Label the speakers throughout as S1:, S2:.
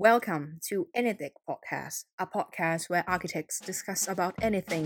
S1: Welcome to Anytech Podcast, a podcast where architects discuss about anything.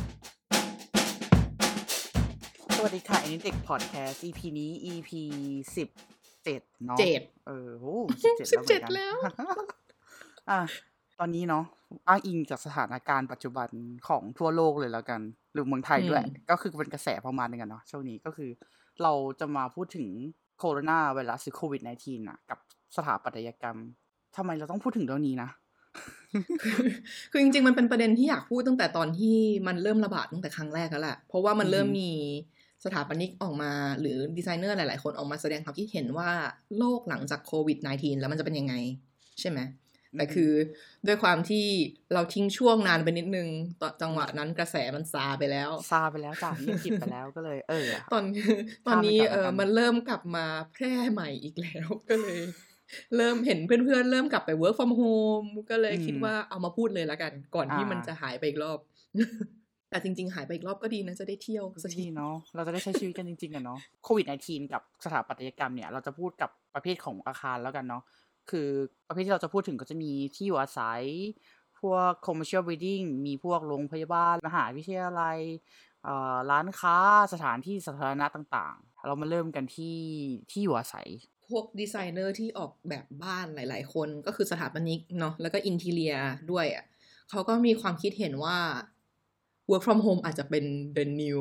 S2: สวัสดีค่ะ Anytech Podcast EP นี้ EP 17เนาะโห17แล้วเหมือนกัน ตอนนี้เนาะอ้างอิงจากสถานการณ์ปัจจุบันของทั่วโลกเลยแล้วกันหรือเมืองไทยด้วยก็คือเป็นกระแสประมาณนึงกันเนาะช่วงนี้ก็คือเราจะมาพูดถึงโคโรนาไวรัสหรือโควิด -19 น่ะกับสถาปัตยกรรมทำไมเราต้องพูดถึงเรื่องนี้นะ
S3: คือจริงๆมันเป็นประเด็นที่อยากพูดตั้งแต่ตอนที่มันเริ่มระบาดตั้งแต่ครั้งแรกแล้วแหละเพราะว่ามันเริ่มมีสถาปนิกออกมาหรือดีไซเนอร์หลายๆคนออกมาแสดงความคิดเห็นว่าโลกหลังจากโควิด -19 แล้วมันจะเป็นยังไงใช่ไหมแต่คือด้วยความที่เราทิ้งช่วงนานไปนิดนึงตอนจังหวะนั้นกระแสมันซาไปแล้ว
S2: จากเงียบกริบไปแล้วก็เลย
S3: ตอนนี้มันเริ่มกลับมาแพร่ใหม่อีกแล้วก็เลยเริ่มเห็นเพื่อนๆเริ่มกลับไป work from home ก็เลยคิดว่าเอามาพูดเลยละกันก่อนที่มันจะหายไปอีกรอบ แต่จริงๆหายไปอีกรอบก็ดีนะจะได้เที่ยวสักที
S2: เนาะเราจะได้ใช้ชีวิตกันจริงๆเนาะโควิด -19 กับสถาปัตยกรรมเนี่ยเราจะพูดกับประเภทของอาคารแล้วกันเนาะคือประเภทที่เราจะพูดถึงก็จะมีที่อยู่อาศัยพวก commercial building มีพวกโรงพยาบาลมหาวิทยาลัยร้านค้าสถานที่สาธารณะต่างๆเรามาเริ่มกันที่อยู่อาศัย
S3: พวกดีไซเนอร์ที่ออกแบบบ้านหลายๆคนก็คือสถาปนิกเนาะแล้วก็อินทีเรียด้วยอ่ะเขาก็มีความคิดเห็นว่า work from home อาจจะเป็น the new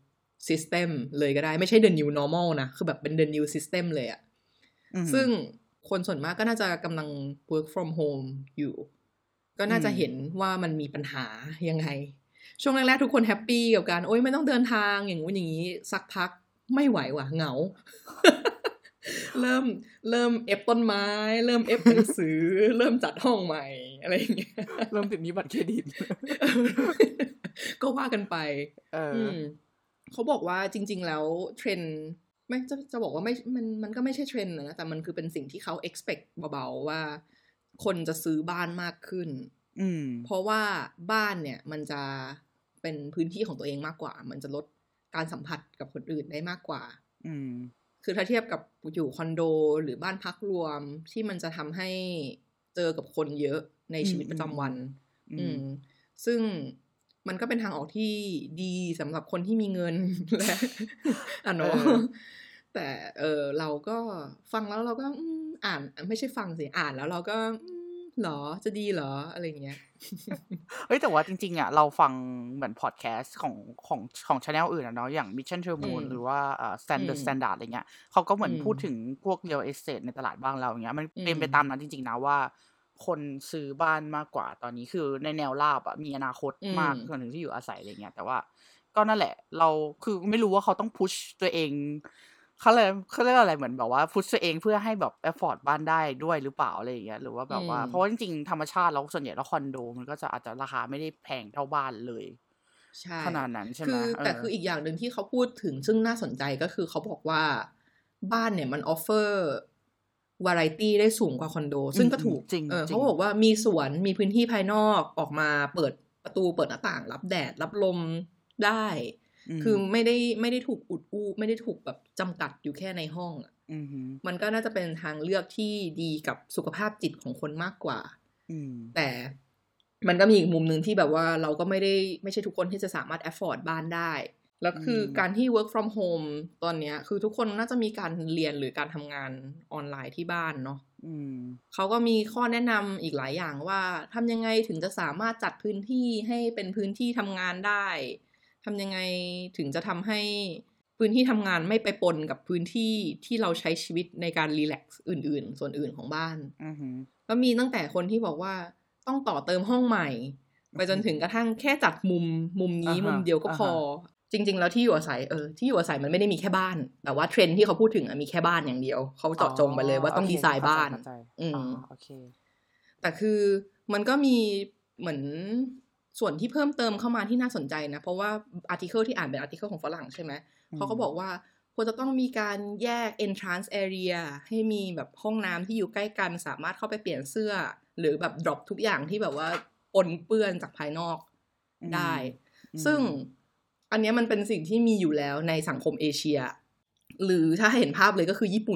S3: system เลยก็ได้ไม่ใช่ the new normal นะคือแบบเป็น the new system เลยอ่ะซึ่งคนส่วนมากก็น่าจะกำลัง work from home อยู่ก็น่าจะเห็นว่ามันมีปัญหายังไงช่วงแรกๆทุกคนแฮปปี้กับการโอ๊ยไม่ต้องเดินทางอย่างงู้นอย่างนี้สักพักไม่ไหวว่ะเหงา เริ่มเอฟต้นไม้เริ่มเอฟหนังสือ เริ่มจัดห้องใหม่อะไรอย่างเงี้ย
S2: เริ่มติดหนี้บัตรเครดิต
S3: ก็ว่ากันไปเขาบอกว่าจริงๆแล้วเทรนด์ไม่จะบอกว่าไม่มันก็ไม่ใช่เทรนด์นะแต่มันคือเป็นสิ่งที่เขา expect เบาๆว่าคนจะซื้อบ้านมากขึ้นเพราะว่าบ้านเนี่ยมันจะเป็นพื้นที่ของตัวเองมากกว่ามันจะลดการสัมผัสกับคนอื่นได้มากกว่าคือถ้าเทียบกับอยู่คอนโดหรือบ้านพักรวมที่มันจะทำให้เจอกับคนเยอะในชีวิตประจำวันซึ่งมันก็เป็นทางออกที่ดีสำหรับคนที่มีเงินและเนาะแต่เราก็ฟังแล้วเราก็อ่านไม่ใช่ฟังสิอ่านแล้วเราก็หรอจะดีเหรออะไรเงี้ย
S2: เฮ้ยแต่ว่าจริงๆอ่ะเราฟังเหมือนพอดแคสต์ของ channel อื่นเนาะอย่าง Mission to the Moon หรือว่าStandard อะไรเงี้ยเขาก็เหมือนพูดถึงพวก real estate ในตลาดบ้านเราอย่างเงี้ยมันเป็นไปตามนั้นจริงๆนะว่าคนซื้อบ้านมากกว่าตอนนี้คือในแนวราบอ่ะมีอนาคตมากส่วนถึงที่อยู่อาศัยอะไรเงี้ยแต่ว่าก็นั่นแหละเราคือไม่รู้ว่าเขาต้องพุชตัวเองเขาเรียกอะไรเหมือนแบบว่าพุชตัวเองเพื่อให้แบบแอฟฟอร์ดบ้านได้ด้วยหรือเปล่าอะไรอย่างเงี้ยหรือว่าแบบว่าเพราะว่าจริงๆธรรมชาติแล้วส่วนใหญ่แล้วคอนโดมันก็จะอาจจะราคาไม่ได้แพงเท่าบ้านเลย
S3: ใช่
S2: ขนาดนั้นใช่ไหม
S3: แต่คืออีกอย่างหนึ่งที่เขาพูดถึงซึ่งน่าสนใจก็คือเขาบอกว่าบ้านเนี่ยมันออฟเฟอร์วาไรตี้ได้สูงกว่าคอนโดซึ่งก็ถูกเขาบอกว่ามีสวนมีพื้นที่ภายนอกออกมาเปิดประตูเปิดหน้าต่างรับแดดรับลมได้คือไม่ได้ถูกอุดอู้ไม่ได้ถูกแบบจำกัดอยู่แค่ในห้องมันก็น่าจะเป็นทางเลือกที่ดีกับสุขภาพจิตของคนมากกว่าแต่มันก็มีอีกมุมนึงที่แบบว่าเราก็ไม่ใช่ทุกคนที่จะสามารถ afford บ้านได้แล้วคือการที่ work from home ตอนเนี้ยคือทุกคนน่าจะมีการเรียนหรือการทำงานออนไลน์ที่บ้านเนาะเขาก็มีข้อแนะนำอีกหลายอย่างว่าทำยังไงถึงจะสามารถจัดพื้นที่ให้เป็นพื้นที่ทำงานได้ทำยังไงถึงจะทำให้พื้นที่ทำงานไม่ไปปนกับพื้นที่ที่เราใช้ชีวิตในการรีแลกซ์อื่นๆส่วนอื่นของบ้านก็มีตั้งแต่คนที่บอกว่าต้องต่อเติมห้องใหม่ไปจนถึงกระทั่งแค่จัดมุมนี้มุมเดียวก็พอจริงๆแล้วที่อยู่อาศัยที่อยู่อาศัยมันไม่ได้มีแค่บ้านแต่ว่าเทรนด์ที่เขาพูดถึงมีแค่บ้านอย่างเดียวเขาเจาะจงไปเลยว่าต้องดีไซน์บ้าน
S2: โอเค
S3: แต่คือมันก็มีเหมือนส่วนที่เพิ่มเติมเข้ามาที่น่าสนใจนะเพราะว่าอาร์ติเคิลที่อ่านเป็นอาร์ติเคิลของฝรั่งใช่ไหมเขาก็บอกว่าควรจะต้องมีการแยก entrance area ให้มีแบบห้องน้ำที่อยู่ใกล้กันสามารถเข้าไปเปลี่ยนเสื้อหรือแบบ drop ทุกอย่างที่แบบว่าปนเปื้อนจากภายนอกได้ซึ่งอันนี้มันเป็นสิ่งที่มีอยู่แล้วในสังคมเอเชียหรือถ้าเห็นภาพเลยก็คือญี่ปุ่น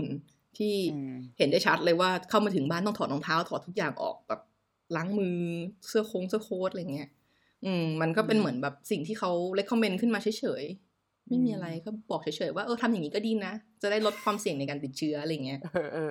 S3: ที่เห็นได้ชัดเลยว่าเข้ามาถึงบ้านต้องถอดรองเท้าถอดทุกอย่างออกแบบล้างมือเสื้อโค้ทอะไรเงี้ยมันก็เป็นเหมือนแบบสิ่งที่เขา recommend ขึ้นมาเฉยๆไม่มีอะไรก็บอกเฉยๆว่าทำอย่างนี้ก็ดีนะจะได้ลดความเสี่ยงในการติดเชื้ออะไรเงี้ย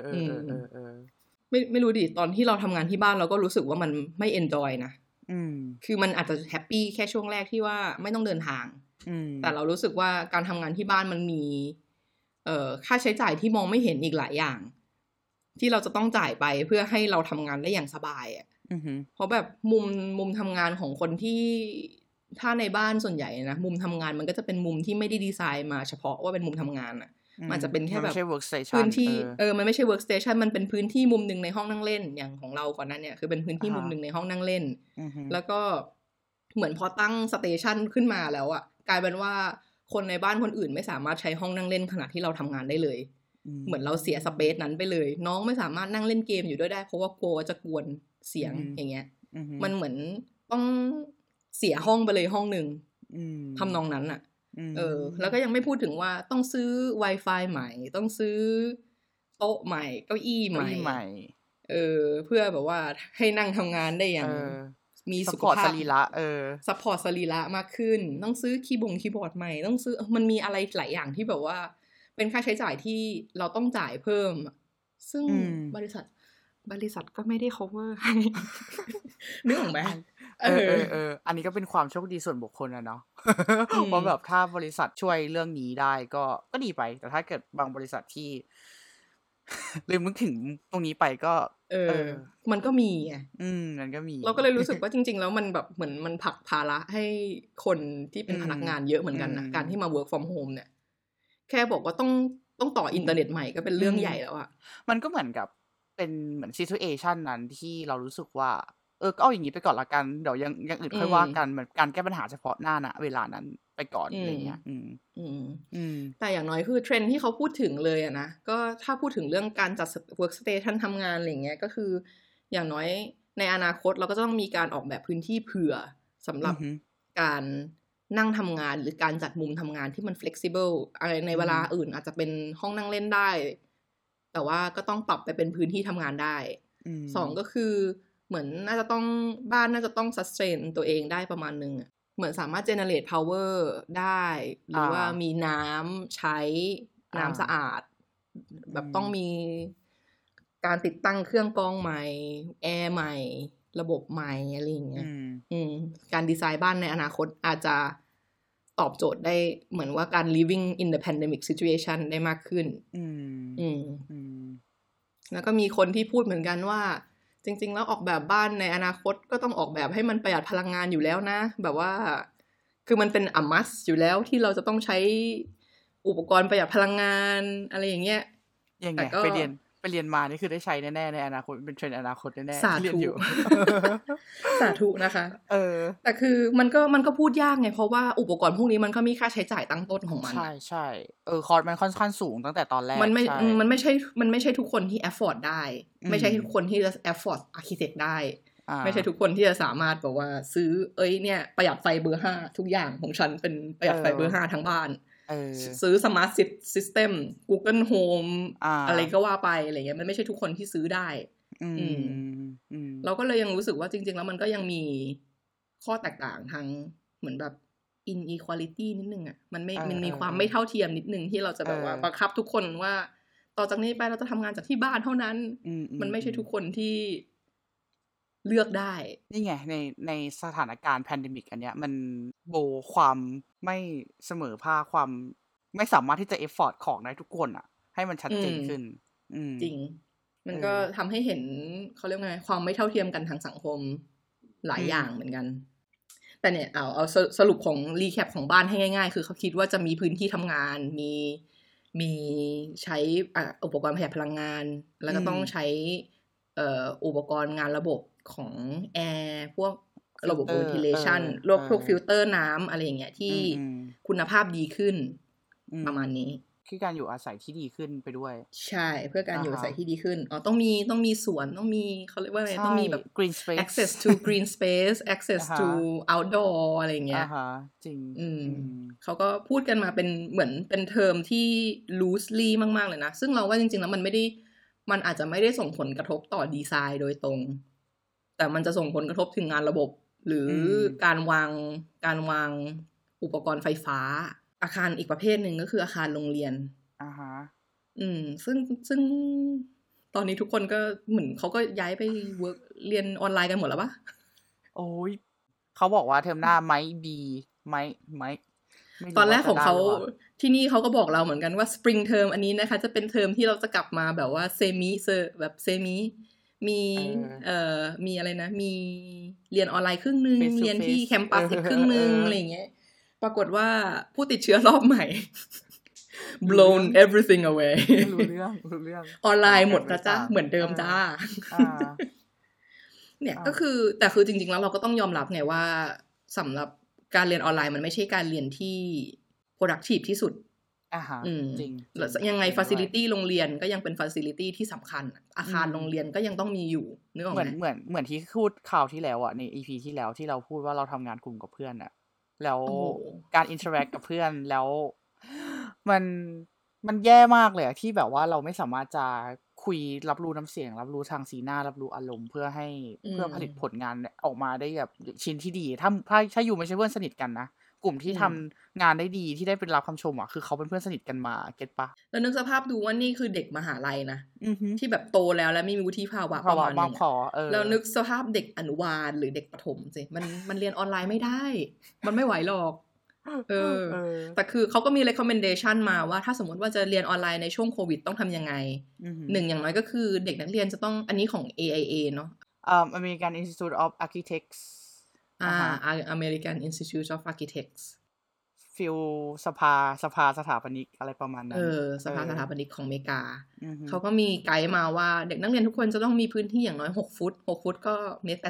S3: ไม่รู้ดิตอนที่เราทำงานที่บ้านเราก็รู้สึกว่ามันไม่ enjoy นะคือมันอาจจะแฮปปี้แค่ช่วงแรกที่ว่าไม่ต้องเดินทางแต่เรารู้สึกว่าการทำงานที่บ้านมันมีค่าใช้จ่ายที่มองไม่เห็นอีกหลายอย่างที่เราจะต้องจ่ายไปเพื่อให้เราทำงานได้อย่างสบายอ่ะเพราะแบบมุมทำงานของคนที่ถ้าในบ้านส่วนใหญ่นะมุมทำงานมันก็จะเป็นมุมที่ไม่ได้ดีไซน์มาเฉพาะว่าเป็นมุมทำงานอ่ะมันจะเป็นแค่แบบพื้นที่มันไม่ใช่ workstation มันเป็นพื้นที่มุมนึงในห้องนั่งเล่นอย่างของเราก่อนนั้นเนี่ยคือเป็นพื้นที่มุมนึงในห้องนั่งเล่นแล้วก็เหมือนพอตั้งสเตชันขึ้นมาแล้วอ่ะกลายเป็นว่าคนในบ้านคนอื่นไม่สามารถใช้ห้องนั่งเล่นขณะที่เราทำงานได้เลยเหมือนเราเสียสเปซนั้นไปเลยน้องไม่สามารถนั่งเล่นเกมอยู่ด้วยได้เพราะว่ากลัวจะกวนเสียงอย่างเงี้ยมันเหมือนต้องเสียห้องไปเลยห้องนึงทำนองนั้นอ่ะแล้วก็ยังไม่พูดถึงว่าต้องซื้อ Wi-Fi ใหม่ต้องซื้อโต๊ะใหม่เก้าอี้ใหม่เพื่อแบบว่าให้นั่งทำงานได้อย่างมีสุขภาพ
S2: สรีระ
S3: ซัพพอร์ตสรีระมากขึ้นต้องซื้อคีย์บอร์ดใหม่ต้องซื้อมันมีอะไรหลายอย่างที่แบบว่าเป็นค่าใช้จ่ายที่เราต้องจ่ายเพิ่มซึ่งบริษัทก็ไม่ได้ cover ให้นึกออกไหม
S2: อันนี้ก็เป็นความโชคดีส่วนบุคคลนะเนาะเพราะแบบถ้าบริษัทช่วยเรื่องนี้ได้ก็ดีไปแต่ถ้าเกิดบางบริษัทที่ลืมนึกถึงตรงนี้ไปก็
S3: มันก็มีไง
S2: มันก็มี
S3: เราก็เลยรู้สึกว่าจริงๆแล้วมันแบบเหมือนมันผลักภาระให้คนที่เป็นพนักงานเยอะเหมือนกันนะการที่มา work from home เนี่ยแค่บอกว่าต้องต่ออินเทอร์เน็ตใหม่ก็เป็นเรื่องใหญ่แล้วอ่ะ
S2: มันก็เหมือนกับเป็นเหมือน situation นั้นที่เรารู้สึกว่าก็เอาอย่างนี้ไปก่อนละกันเดี๋ยวยังอื่นค่อยว่ากันเหมือนการแก้ปัญหาเฉพาะหน้านะเวลานั้นไปก่อนอะไรเงี้ย
S3: แต่อย่างน้อยคือเทรนด์ที่เขาพูดถึงเลยอะนะก็ถ้าพูดถึงเรื่องการจัด workstation ทำงานอะไรเงี้ยก็คืออย่างน้อยในอนาคตเราก็ต้องมีการออกแบบพื้นที่เผื่อสำหรับการนั่งทำงานหรือการจัดมุมทำงานที่มัน flexible อะไรในเวลาอื่นอาจจะเป็นห้องนั่งเล่นได้แต่ว่าก็ต้องปรับไปเป็นพื้นที่ทำงานได้2ก็คือเหมือนบ้านน่าจะต้อง sustain ตัวเองได้ประมาณนึงเหมือนสามารถ generate power ได้หรือว่ามีน้ำใช้น้ำสะอาดแบบต้องมีการติดตั้งเครื่องกรองใหม่แอร์ใหม่ระบบใหม่อะไรอย่างเงี้ยการดีไซน์บ้านในอนาคตอาจจะตอบโจทย์ได้เหมือนว่าการ living in the pandemic situation ได้มากขึ้นแล้วก็มีคนที่พูดเหมือนกันว่าจริงๆแล้วออกแบบบ้านในอนาคตก็ต้องออกแบบให้มันประหยัดพลังงานอยู่แล้วนะแบบว่าคือมันเป็นa mustอยู่แล้วที่เราจะต้องใช้อุปกรณ์ประหยัดพลังงานอะไรอย่างเงี้ย
S2: อย่างไงไปเรียนมานี่คือได้ใช้แน่ๆในอนาคตเป็นเทรนด์อนาคตแน่
S3: ๆที่เรียนอยู่ สาธุนะคะแต่คือมันก็พูดยากไงเพราะว่าอุปกรณ์พวกนี้มันก็มีค่าใช้จ่ายตั้งต้นของมัน
S2: ใช่คอร์สมันค่อนข้างสูงตั้งแต่ตอนแรก
S3: มันไม่ใช่ทุกคนที่ afford ได้ไม่ใช่ทุกคนที่จะ afford architect ได้ไม่ใช่ทุกคนที่จะสามารถแบบว่าซื้อเนี่ยประหยัดไฟเบอร์5ทุกอย่างของฉันเป็นประหยัดไฟเบอร์5ทั้งบ้านซื้อ Smart System Google Home อะไรก็ว่าไปอะไรเงี้ยมันไม่ใช่ทุกคนที่ซื้อได้เราก็เลยยังรู้สึกว่าจริงๆแล้วมันก็ยังมีข้อแตกต่างทางเหมือนแบบ inequality นิดนึงอ่ะมันมีความไม่เท่าเทียมนิดนึงที่เราจะแบบว่าบังคับทุกคนว่าต่อจากนี้ไปเราจะทำงานจากที่บ้านเท่านั้นมันไม่ใช่ทุกคนที่เลือกได้
S2: นี่ไงในสถานการณ์แพนเดมิกอันเนี้ยมันโบความไม่เสมอภาคความไม่สามารถที่จะเอฟฟอร์ตของได้ทุกคนอ่ะให้มันชัดเจนขึ้น
S3: จริงมันก็ทำให้เห็นเขาเรียกไงความไม่เท่าเทียมกันทางสังคมหลายอย่างเหมือนกันแต่เนี่ยเอาสรุปของรีแคปของบ้านให้ง่ายๆคือเขาคิดว่าจะมีพื้นที่ทำงานมีใช้อุปกรณ์ประหยัดพลังงานแล้วก็ต้องใช้อุปกรณ์งานระบบของแอร์พวกระบบ ventilation พวกฟิลเตอร์น้ำอะไรอย่างเงี้ยที่คุณภาพดีขึ้นประมาณนี้
S2: คือการอยู่อาศัยที่ดีขึ้นไปด้วย
S3: ใช่เพื่อการอยู่อาศัยที่ดีขึ้นต้องมีสวนต้องมีเขาเรียกว่าอะไรต้องมีแบบ
S2: green space
S3: access to green space access to outdoor อะไรเงี้ย
S2: จริง
S3: เขาก็พูดกันมาเป็นเหมือนเป็นเทอมที่ loosely มากๆเลยนะซึ่งเราว่าจริงๆแล้วมันอาจจะไม่ได้ส่งผลกระทบต่อดีไซน์โดยตรงแต่มันจะส่งผลกระทบถึงงานระบบหรือการวางอุปกรณ์ไฟฟ้าอาคารอีกประเภทหนึ่งก็คืออาคารโรงเรียนซึ่งตอนนี้ทุกคนก็เหมือนเขาก็ย้ายไปเรียนออนไลน์กันหมดแล้วปะ
S2: โอ้ยเขาบอกว่าเทอมหน้าไม
S3: ตอนแรกของเขาที่นี่เขาก็บอกเราเหมือนกันว่า spring term อันนี้นะคะจะเป็นเทอมที่เราจะกลับมาแบบว่าเซมิมีอะไรนะมีเรียนออนไลน์ครึ่งนึงเรียนที่แคมปัสอีกครึ่งนึงอะไรอย่างเงี้ยปรากฏว่าผู้ติดเชื้อรอบใหม่ blown everything away
S2: รู้เรื่อง
S3: ออนไลน์หมดจ้าเหมือนเดิมจ้าเนี่ยก็คือแต่คือจริงๆแล้วเราก็ต้องยอมรับไงว่าสำหรับการเรียนออนไลน์มันไม่ใช่การเรียนที่ productive ที่สุด
S2: จริง
S3: ยังไง facility โรงเรียนก็ยังเป็น facility ที่สำคัญอาคารโรงเรียนก็ยังต้องมีอยู่นึกออกไหม
S2: เหมือนที่พูดข่าวที่แล้วอ่ะใน EP ที่แล้วที่เราพูดว่าเราทำงานกลุ่มกับเพื่อนอ่ะแล้วการ interact กับเพื่อนแล้วมันแย่มากเลยที่แบบว่าเราไม่สามารถจะคุยรับรู้น้ำเสียงรับรู้ทางสีหน้ารับรู้อารมณ์เพื่อผลิตผลงานออกมาได้แบบชิ้นที่ดีถ้าอยู่ไม่ใช่เพื่อนสนิทกันนะกลุ่มที่ทำงานได้ดีที่ได้เป็นรับคำชมอ่ะคือเขาเป็นเพื่อนสนิทกันมาเก็ตปะ
S3: แล้วนึกสภาพดูว่านี่คือเด็กมหาลัยนะที่แบบโตแล้วและมีวุฒิภาวะประมาณนึงแล้วนึกสภาพเด็กอนุบาลหรือเด็กประถมสิมันเรียนออนไลน์ไม่ได้มันไม่ไหวหรอกแต่คือเขาก็มี recommendation มาว่าถ้าสมมติว่าจะเรียนออนไลน์ในช่วงโควิดต้องทำยังไงหนึ่งอย่างน้อยก็คือเด็กนักเรียนจะต้องอันนี้ของ AIA เนาะ
S2: American Institute of Architects
S3: American Institute of Architects
S2: ฟิลสภาสถาปนิกอะไรประมาณนั้น
S3: สภาสถาปนิกของอเมริกาเขาก็มีไกด์มาว่าเด็กนักเรียนทุกคนจะต้องมีพื้นที่อย่างน้อย6 ฟุต6 ฟุตก็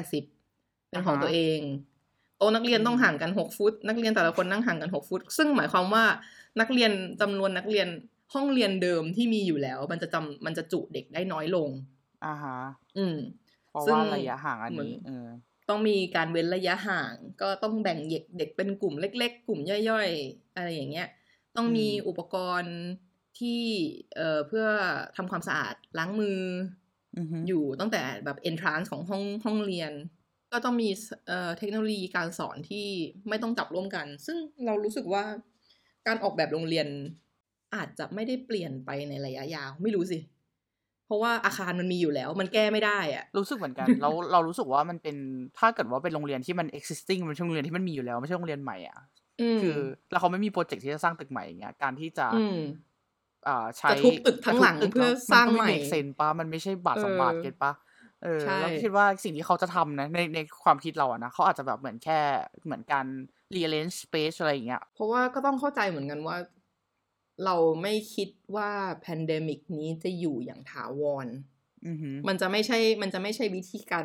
S3: 1.80 เป็นของตัวเองโต๊ะนักเรียนต้องห่างกัน6 ฟุตนักเรียนแต่ละคนนั่งห่างกัน6 ฟุตซึ่งหมายความว่านักเรียนจำนวนนักเรียนห้องเรียนเดิมที่มีอยู่แล้วมันจะจุเด็กได้น้อยลง
S2: เพราะว่าระยะห่างอันนี้
S3: ต้องมีการเว้นระยะห่างก็ต้องแบ่งเด็กเป็นกลุ่มเล็กๆกลุ่มย่อยๆอะไรอย่างเงี้ยต้องมีอุปกรณ์ที่เพื่อทำความสะอาดล้างมืออยู่ตั้งแต่แบบ entrance ของห้องเรียนก็ต้องมีเทคโนโลยีการสอนที่ไม่ต้องจับร่วมกันซึ่งเรารู้สึกว่าการออกแบบโรงเรียนอาจจะไม่ได้เปลี่ยนไปในระยะยาวไม่รู้สิเพราะว่าอาคารมันมีอยู่แล้วมันแก้ไม่ได้อะ
S2: รู้สึกเหมือนกัน เรารู้สึกว่ามันเป็นถ้าเกิดว่าเป็นโรงเรียนที่มัน existing มันเป็นโรงเรียนที่มันมีอยู่แล้วไม่ใช่โรงเรียนใหม่อ่ะคือแล้วเขาไม่มีโปรเจกต์ที่จะสร้างตึกใหม่อย่างเงี้ยการที่จะใช้
S3: ทุบตึกทั้งหลังเพื่อสร้างใหม่
S2: เซนป่ะมันไม่ใช่บาท2 บาทเก็ทป่ะแล้วคิดว่าสิ่งที่เขาจะทำนะในความคิดเราอะนะเขาอาจจะแบบเหมือนแค่เหมือนการ rearrange space อะไรอย่างเงี้ย
S3: เพราะว่าก็ต้องเข้าใจเหมือนกันว่าเราไม่คิดว่าแพนเดมิกนี้จะอยู่อย่างถาวรมันจะไม่ใช่วิธีการ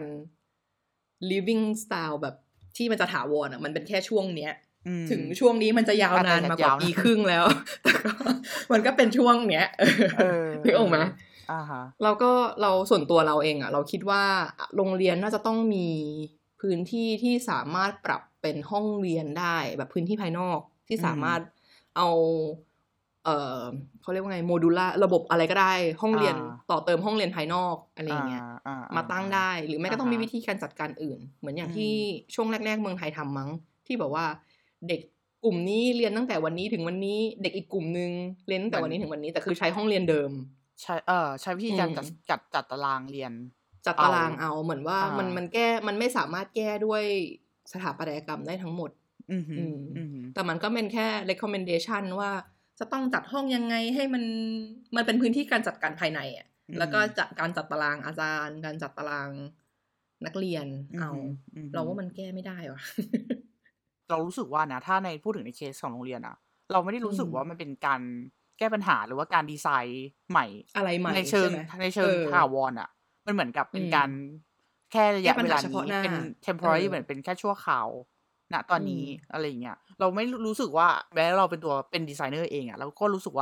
S3: living style แบบที่มันจะถาวรอะมันเป็นแค่ช่วงเนี้ยถึงช่วงนี้มันจะยาวนานมากว่าปีครึ่งแล้วแต่ก็มันก็เป็นช่วงเนี้ยนึกออกไหมแล้วก็เราส่วนตัวเราเองอ่ะเราคิดว่าโรงเรียนน่าจะต้องมีพื้นที่ที่สามารถปรับเป็นห้องเรียนได้แบบพื้นที่ภายนอกที่สามารถเอาเขาเรียกว่าไงโมดูล่าระบบอะไรก็ได้ห้องเรียนต่อเติมห้องเรียนภายนอกอะไรอย่างเงี้ยมาตั้งได้หรือแม้ก็ต้องมีวิธีการจัดการอื่นเหมือนอย่างที่ช่วงแรกๆเมืองไทยทำมั้งที่แบบว่าเด็กกลุ่มนี้เรียนตั้งแต่วันนี้ถึงวันนี้เด็กอีกกลุ่มนึงเรียนตั้งแต่วันนี้ถึงวันนี้แต่คือใช้ห้องเรียนเดิม
S2: ใช้วิธีการจัดตารางเรียน
S3: จัดตารางเอาเหมือนว่ามันไม่สามารถแก้ด้วยสถาปัตยกรรมได้ทั้งหมดแต่มันก็เป็นแค่ recommendation ว่าจะต้องจัดห้องยังไงให้มันเป็นพื้นที่การจัดการภายในอ่ะแล้วก็การจัดตารางอาจารย์การจัดตารางนักเรียนเอาเราว่ามันแก้ไม่ได้ว่ะ
S2: เรารู้สึกว่านะถ้าในพูดถึงในเคสของโรงเรียนอะเราไม่ได้รู้สึกว่ามันเป็นการแก้ปัญหาหรือว่าการดีไซน์ใหม่
S3: อะไรใหม่
S2: ในเชิงถาวรอะมันเหมือนกับเป็นการแค่ระยะเวลานี้เป็น temporary เหมือนเป็นแค่ชั่วคราวณตอนนี้อะไรอย่างเงี้ยเราไม่รู้สึกว่าแม้เราเป็นดีไซเนอร์เองอะเราก็รู้สึกว่า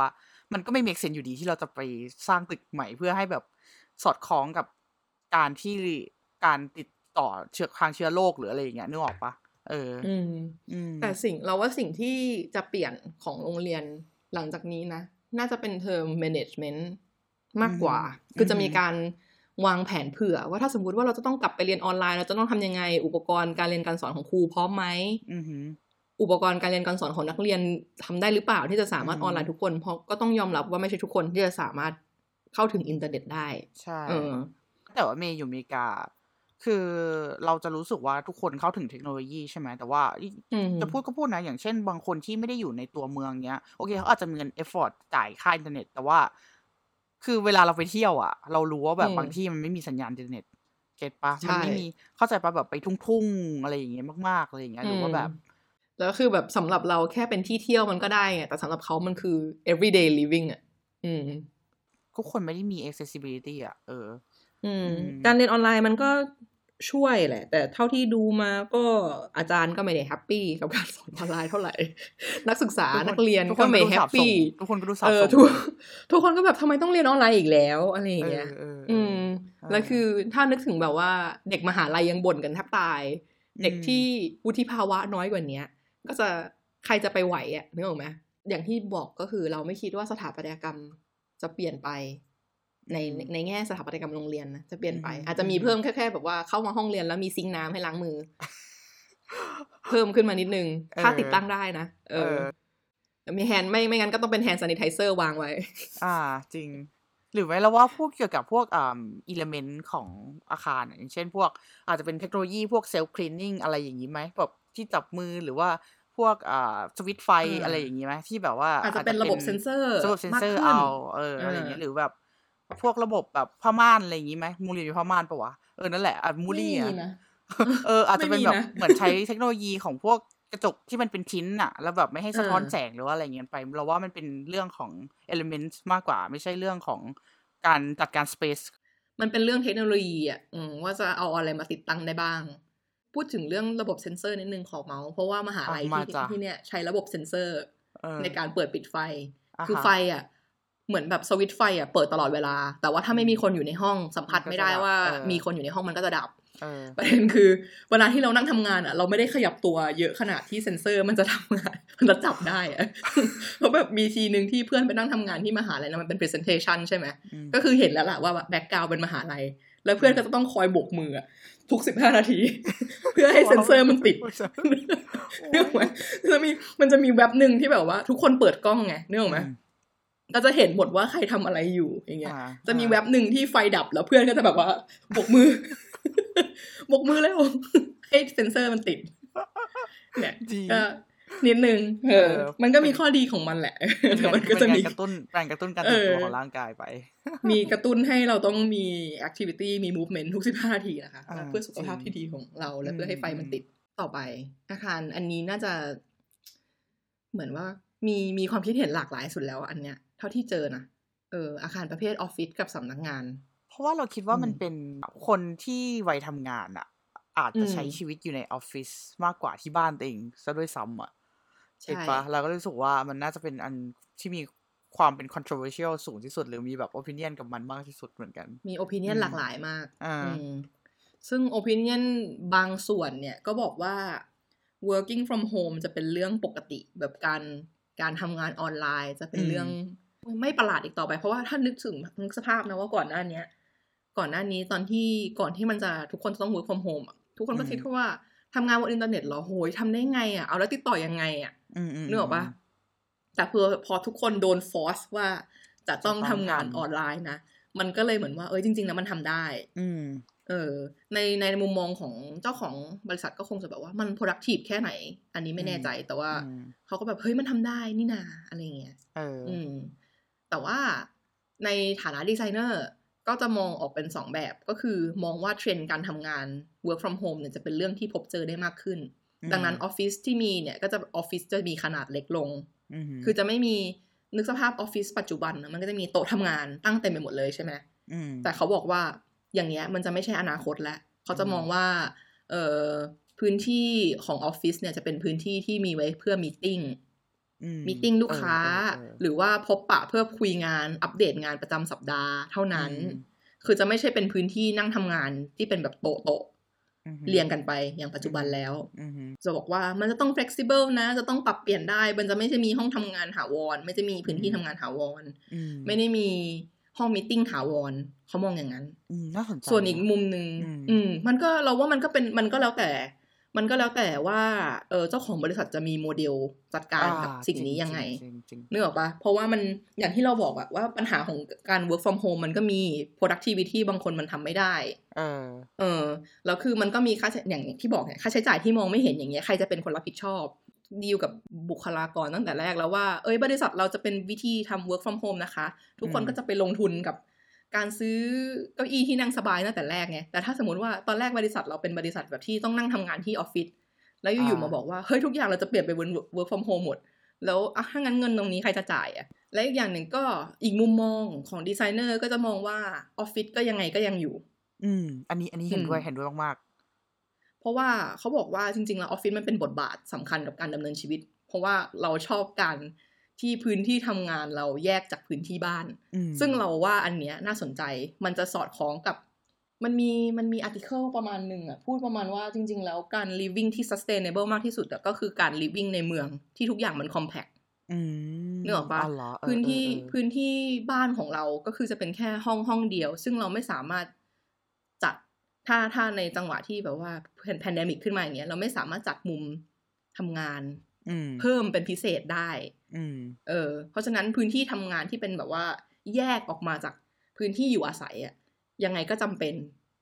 S2: มันก็ไม่เมคเซนส์อยู่ดีที่เราจะไปสร้างตึกใหม่เพื่อให้แบบสอดคล้องกับการติดต่อทางเชื้อโรคหรืออะไรอย่างเงี้ยนึกออกปะ
S3: แต่เราว่าสิ่งที่จะเปลี่ยนของโรงเรียนหลังจากนี้นะน่าจะเป็นเทอม management มากกว่าคือจะมีการวางแผนเผื่อว่าถ้าสมมุติว่าเราจะต้องกลับไปเรียนออนไลน์เราจะต้องทำยังไงอุปกรณ์การเรียนการสอนของครูพร้อมไหมอุปกรณ์การเรียนการสอนของนักเรียนทำได้หรือเปล่าที่จะสามารถออนไลน์ทุกคนเพราะก็ต้องยอมรับว่าไม่ใช่ทุกคนที่จะสามารถเข้าถึงอินเทอร์เน็ตได้
S2: ใช่แต่ว่าเมย์อยู่อเมริกาคือเราจะรู้สึกว่าทุกคนเข้าถึงเทคโนโลยีใช่ไหมแต่ว่าจะพูดก็พูดนะอย่างเช่นบางคนที่ไม่ได้อยู่ในตัวเมืองเนี้ยโอเคเขาอาจจะมีเงินเอฟฟอร์ตจ่ายค่าอินเทอร์เน็ตแต่ว่าคือเวลาเราไปเที่ยวอ่ะเรารู้ว่าแบบบางที่มันไม่มีสัญญาณอินเทอร์เน็ตเก็ตปะมันไม่มีเข้าใจปะแบบไปทุ่งๆอะไรอย่างเงี้ยมากๆอะไรอย่างเงี้ยหรือว่าแบบ
S3: แล้วคือแบบสำหรับเราแค่เป็นที่เที่ยวมันก็ได้ไงแต่สำหรับเขามันคือ everyday living อ่ะ
S2: ทุกคนไม่ได้มี accessibility อ่ะ
S3: การเรียนออนไลน์มันก็ช่วยแหละแต่เท่าที่ดูมาก็อาจารย์ก็ไม่ได้แฮปปี้กับการสอนออนไลน์เท่าไหร่นักศึกษานักเรียนก็ไม่แฮปปี้
S2: ทุกคนก็ดูสับสน
S3: ทุกคนก็แบบทำไมต้องเรียนออนไลน์อีกแล้วอะไรอย่างเงี้ยแล้วคือถ้านึกถึงแบบว่าเด็กมหาลัยยังบ่นกันแทบตายเด็กที่วุฒิภาวะน้อยกว่านี้ก็จะใครจะไปไหวอ่ะนึกออกไหมอย่างที่บอกก็คือเราไม่คิดว่าสถาปัตยกรรมจะเปลี่ยนไปในแง่สถาปัตยกรรมโรงเรียนนะจะเปลี่ยนไปอาจจะมีเพิ่มแค่แบบว่าเข้ามาห้องเรียนแล้วมีซิงค์น้ำให้ล้างมือเพิ่มขึ้นมานิดนึงถ้าติดตั้งได้นะมีแฮนด์ไม่งั้นก็ต้องเป็นแฮนด์ซานิไทเซอร์วางไว้
S2: จริงหรือไว้แล้วว่าพวกเกี่ยวกับพวกอิเลเมนต์ของอาคารอย่างเช่นพวกอาจจะเป็นเทคโนโลยีพวกเซลฟ์คลีนนิ่งอะไรอย่างนี้ไหมแบบที่จับมือหรือว่าพวกสวิตช์ไฟอะไรอย่างนี้ไหมที่แบบว่า
S3: อาจจะเป็นระบบเซ็นเซอร์
S2: เอาอะไรอย่างเงี้ยหรือแบบพวกระบบแบบผ้าม่านอะไรอย่างงี้ไหมมูลี่มีผ้าม่านปะวะนั่นแหละมูลี่อาจจะเป็นแบบเหมือนใช้เทคโนโลยีของพวกกระจกที่มันเป็นชิ้นอะแล้วแบบไม่ให้สะท้อนแสงหรือว่าอะไรเงี้ยไปเราว่ามันเป็นเรื่องของ element มากกว่าไม่ใช่เรื่องของการจัดการ space
S3: มันเป็นเรื่องเทคโนโลยีอ่ะว่าจะเอาอะไรมาติดตั้งได้บ้างพูดถึงเรื่องระบบเซ็นเซอร์นิดนึงขอเมาส์เพราะว่ามหาลัยที่เนี่ยใช้ระบบเซ็นเซอร์ในการเปิดปิดไฟคือไฟอ่ะเหมือนแบบสวิตช์ไฟอ่ะเปิดตลอดเวลาแต่ว่าถ้าไม่มีคนอยู่ในห้องสัมผัสไม่ได้ว่ามีคนอยู่ในห้องมันก็จะดับประเด็นคือเวลาที่เรานั่งทำงานอ่ะเราไม่ได้ขยับตัวเยอะขนาดที่เซ็นเซอร์มันจะทำงานมันจะจับได้อ่ะเพราะแบบมีทีนึงที่เพื่อนไปนั่งทำงานที่มหาลัยแล้วมันเป็น presentation ใช่ไหมก็คือเห็นแล้วล่ะว่าแบ็คกราวด์เป็นมหาลัยแล้วเพื่อนก็จะต้องคอยโบกมือทุก15 นาทีเพื่อให้เซ็นเซอร์มันติดนึกออกไหมมันจะมีแว็บนึงที่แบบว่าทุกคนเปิดกล้องไงนึกออกไหมก็จะเห็นหมดว่าใครทำอะไรอยู่อย่างเงี้ยจะมีแว็บนึงที่ไฟดับแล้วเพื่อนก็จะแบบว่าโบกมือโบกมือแล้วให้เซ็นเซอร์มันติดเนี่ยก็นิดนึงมันก็มีข้อดีของมันแหละแต่มันก็จะมี
S2: กระตุ้นการตื่นตัวของร่างกายไป
S3: มีกระตุ้นให้เราต้องมีแอคทิวิตี้มีมูฟเมนต์ทุก15 นาทีนะคะเพื่อสุขภาพที่ดีของเราและเพื่อให้ไฟมันติดต่อไปอาคารอันนี้น่าจะเหมือนว่ามีความคิดเห็นหลากหลายสุดแล้วอันเนี้ยเท่าที่เจอนะอาคารประเภทออฟฟิศกับสำนักงาน
S2: เพราะว่าเราคิดว่ามันเป็นคนที่วัยทำงานอ่ะอาจจะใช้ชีวิตอยู่ในออฟฟิศมากกว่าที่บ้านตัวเองซะด้วยซ้ำอ่ะใช่ปะเราก็รู้สึกว่ามันน่าจะเป็นอันที่มีความเป็น controversial สูงที่สุดหรือมีแบบ opinion กับมันมากที่สุดเหมือนกัน
S3: มี opinion หลากหลายมากซึ่ง opinion บางส่วนเนี่ยก็บอกว่า working from home จะเป็นเรื่องปกติแบบการทำงานออนไลน์จะเป็นเรื่องไม่ประหลาดอีกต่อไปเพราะว่าถ้านึกสภาพนะว่าก่อนหน้านี้ก่อนที่มันจะทุกคนต้อง work from home ทุกคนก็คิดว่าทำงานบนอินเทอร์เน็ตเหรอโหยทำได้ไงอ่ะเอาแล้วติดต่อยังไงอ่ะนึกออกปะแต่พอทุกคนโดนฟอร์สว่าจะต้องทำงานออนไลน์นะมันก็เลยเหมือนว่าจริงๆแล้วมันทำได้ในมุมมองของเจ้าของบริษัทก็คงจะแบบว่ามัน productive แค่ไหนอันนี้ไม่แน่ใจแต่ว่าเขาก็แบบเฮ้ยมันทำได้นี่นาอะไรเงี้ยแต่ว่าในฐานะดีไซเนอร์ก็จะมองออกเป็น2แบบก็คือมองว่าเทรนด์การทำงาน work from home เนี่ยจะเป็นเรื่องที่พบเจอได้มากขึ้นดังนั้นออฟฟิศที่มีเนี่ยก็จะออฟฟิศจะมีขนาดเล็กลงคือจะไม่มีนึกสภาพออฟฟิศปัจจุบันมันก็จะมีโต๊ะทำงานตั้งเต็มไปหมดเลยใช่ไหมแต่เขาบอกว่าอย่างเงี้ยมันจะไม่ใช่อนาคตแล้วเขาจะมองว่าพื้นที่ของออฟฟิศเนี่ยจะเป็นพื้นที่ที่มีไว้เพื่อมีตติ้งมีตติ้งลูกค้าหรือว่าพบปะเพื่อคุยงานอัปเดตงานประจำสัปดาห์เท่านั้นคือจะไม่ใช่เป็นพื้นที่นั่งทำงานที่เป็นแบบโต๊ะเรียงกันไปอย่างปัจจุบันแล้วจะบอกว่ามันจะต้อง flexible นะจะต้องปรับเปลี่ยนได้มันจะไม่ใช่มีห้องทำงานถาวรไม่จะมีพื้นที่ทำงานถาวรไม่ได้มีห้องมีตติ้งถาวรเขามองอย่างนั้น
S2: น่าสนใจ
S3: ส่วนอีกมุมนึงมันก็เราว่ามันก็เป็นมันก็แล้วแต่ว่าเจ้าของบริษัทจะมีโมเดลจัดการกับสิ่งนี้ยังไงนึกออกปะเพราะว่ามันอย่างที่เราบอกอะว่าปัญหาของการ work from home มันก็มี productivity บางคนมันทำไม่ได้แล้วคือมันก็มีค่าอย่างที่บอกเนี่ยค่าใช้จ่ายที่มองไม่เห็นอย่างเงี้ยใครจะเป็นคนรับผิดชอบดีลกับบุคลากรตั้งแต่แรกแล้วว่าบริษัทเราจะเป็นวิธีทำ work from home นะคะทุกคนก็จะไปลงทุนกับการซื้อเก้าอี้ที่นั่งสบายตั้งแต่แรกไงแต่ถ้าสมมติว่าตอนแรกบริษัทเราเป็นบริษัทแบบที่ต้องนั่งทำงานที่ออฟฟิศแล้วอยู่ๆมาบอกว่าเฮ้ยทุกอย่างเราจะเปลี่ยนไปเป็น work from home หมดแล้วถ้างั้นเงินตรงนี้ใครจะจ่ายอ่ะและอีกอย่างหนึ่งก็อีกมุมมองของดีไซเนอร์ก็จะมองว่าออฟฟิศก็ยังไงก็ยังอยู่
S2: อันนี้เห็นด้วยมาก
S3: ๆเพราะว่าเขาบอกว่าจริงๆแล้วออฟฟิศมันเป็นบทบาทสำคัญกับการดำเนินชีวิตเพราะว่าเราชอบการที่พื้นที่ทำงานเราแยกจากพื้นที่บ้านซึ่งเราว่าอันเนี้ยน่าสนใจมันจะสอดคล้องกับมันมีอาร์ติเคิลประมาณนึงอ่ะพูดประมาณว่าจริงๆแล้วการ living ที่ sustainable มากที่สุดก็คือการ living ในเมืองที่ทุกอย่างมัน compact นึกออกปะพื้นที่บ้านของเราก็คือจะเป็นแค่ห้องเดียวซึ่งเราไม่สามารถจัดถ้าในจังหวะที่แบบว่าแพนเดมิกขึ้นมาอย่างเงี้ยเราไม่สามารถจัดมุมทำงานเพิ่มเป็นพิเศษได้เพราะฉะนั้นพื้นที่ทำงานที่เป็นแบบว่าแยกออกมาจากพื้นที่อยู่อาศัยอ่ะยังไงก็จำเป็น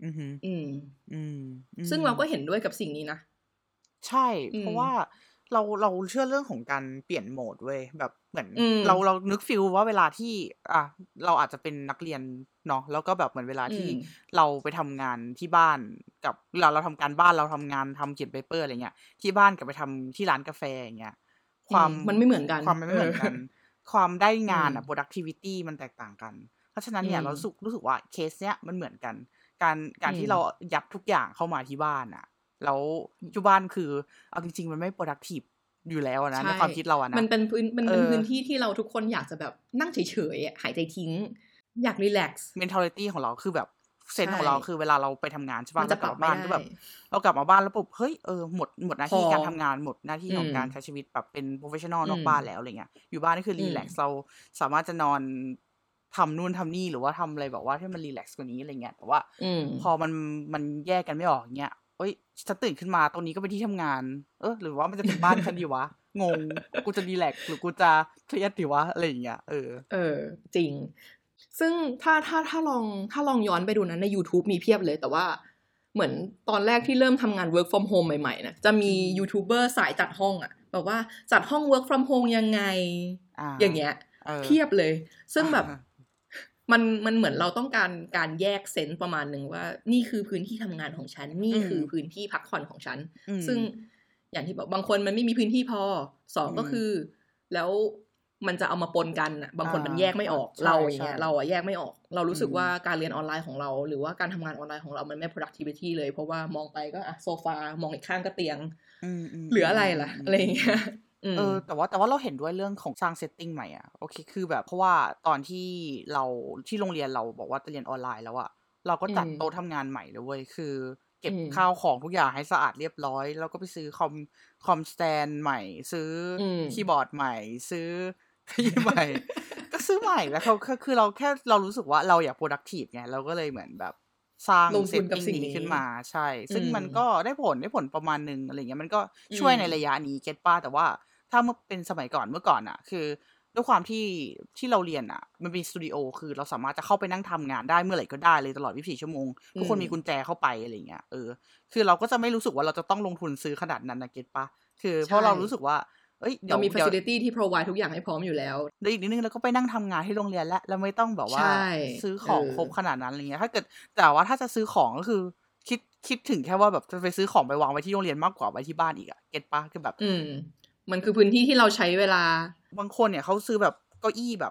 S3: ซึ่งเราก็เห็นด้วยกับสิ่งนี้นะ
S2: ใช่เพราะว่าเราเชื่อเรื่องของการเปลี่ยนโหมดเว้ยแบบเหมือนเรานึกฟีลว่าเวลาที่เราอาจจะเป็นนักเรียนเนาะแล้วก็แบบเหมือนเวลาที่เราไปทำงานที่บ้านกับเราทำการบ้านเราทำงานทำเขียนเปเปอร์อะไรเงี้ยที่บ้านกับไปทำที่ร้านกาแฟอย่างเงี้ย
S3: มันไม่เหมือนกัน
S2: ความไม่เหมือนกันความได้งานproductivity มันแตกต่างกันเพราะฉะนั้นเนี่ยเรารู้สึกว่าเคสเนี้ยมันเหมือนกันการที่เรายัดทุกอย่างเข้ามาที่บ้านอ่ะแล้วที่บ้านคือเอาจริงๆมันไม่ productive อยู่แล้วนะในความคิดเรานะ
S3: มันเป็นพื้นที่ที่เราทุกคนอยากจะแบบนั่งเฉยๆหายใจทิ้งอยากรีแลกซ์
S2: mentality ของเราคือแบบเซนส์ของเราคือเวลาเราไปทำงานใช่ป่ะเรากลับบ้านก็แบบเรากลับมาบ้านแล้วปุ๊บเฮ้ยหมดหน้าที่การทำงานหมดหน้าที่ของการใช้ชีวิตแบบเป็น professional นอกบ้านแล้วอะไรเงี้ยอยู่บ้านนี่คือรีแลกซ์เราสามารถจะนอนทำนู่นทำนี่หรือว่าทำอะไรแบบว่าที่มันรีแลกซ์กว่านี้อะไรเงี้ยแต่ว่าพอมันแยกกันไม่ออกเงี้ยเอ้ยฉันตื่นขึ้นมาตรงนี้ก็เป็นที่ทำงานหรือว่ามันจะเป็นบ้านฉันดีวะงงกูจะรีแลกซ์หรือกูจะเครียดดีวะอะไรอย่างเงี้ย
S3: จริงซึ่งถ้าลองย้อนไปดูนะใน YouTube มีเพียบเลยแต่ว่าเหมือนตอนแรกที่เริ่มทำงาน work from home ใหม่ๆนะจะมียูทูบเบอร์สายจัดห้องอะแบบว่าจัดห้อง work from home ยังไงอย่างเงี้ยเพียบเลยซึ่งแบบมันเหมือนเราต้องการแยกเซนส์ประมาณนึงว่านี่คือพื้นที่ทำงานของฉันนี่คือพื้นที่พักผ่อนของฉันซึ่งอย่างที่บอกบางคนมันไม่มีพื้นที่พอ2ก็คือแล้วมันจะเอามาปนกันอ่ะบางคนมันแยกไม่ออกเราอย่างเงี้ยเราแยกไม่ออกเรารู้สึกว่าการเรียนออนไลน์ของเราหรือว่าการทำงานออนไลน์ของเรามันไม่ productivity เลยเพราะว่ามองไปก็โซฟามองอีกข้างก็เตียงเหลืออะไรล่ะอะไรอย่างเงี้ย
S2: แต่ว่าเราเห็นด้วยเรื่องของสร้างเซตติ้งใหม่อ่ะโอเคคือแบบเพราะว่าตอนที่โรงเรียนเราบอกว่าจะเรียนออนไลน์แล้วอ่ะเราก็จัดโต๊ะทำงานใหม่เลยเว้ยคือเก็บข้าวของทุกอย่างให้สะอาดเรียบร้อยแล้วก็ไปซื้อคอมสแตนใหม่ซื้อคีย์บอร์ดใหม่ซื้อที่ใหม่ก็ซื้อใหม่แล้วคือเรารู้สึกว่าเราอยาก productive ไงเราก็เลยเหมือนแบบสร้างเซตติ้งนี้ขึ้นมาใช่ซึ่งมันก็ได้ผลประมาณนึงอะไรเงี้ยมันก็ช่วยในระยะนี้เก็ทป้าแต่ว่าถ้าเมื่อเป็นสมัยก่อนอ่ะคือด้วยความที่เราเรียนอ่ะมันเป็นสตูดิโอคือเราสามารถจะเข้าไปนั่งทำงานได้เมื่อไหร่ก็ได้เลยตลอด24ชั่วโมงทุกคนมีกุญแจเข้าไปอะไรเงี้ยคือเราก็จะไม่รู้สึกว่าเราจะต้องลงทุนซื้อขนาดนั้นนะเก็ทป้าคือเพราะเรารู้สึกว่า
S3: เรามี facility ที่ provide ทุกอย่างให้พร้อมอยู่แล้ว
S2: อีกนิดนึงแล้วก็ไปนั่งทำงานที่โรงเรียนแล้วไม่ต้องแบบว่าซื้อของครบขนาดนั้นอะไรเงี้ยแต่ว่าถ้าจะซื้อของก็คือคิดถึงแค่ว่าแบบจะไปซื้อของไปวางไว้ที่โรงเรียนมากกว่าไว้ที่บ้านอีกอะเก็ทปะคือแบบ
S3: มันคือพื้นที่ที่เราใช้เวลา
S2: บางคนเนี่ยเขาซื้อแบบเก้าอี้แบบ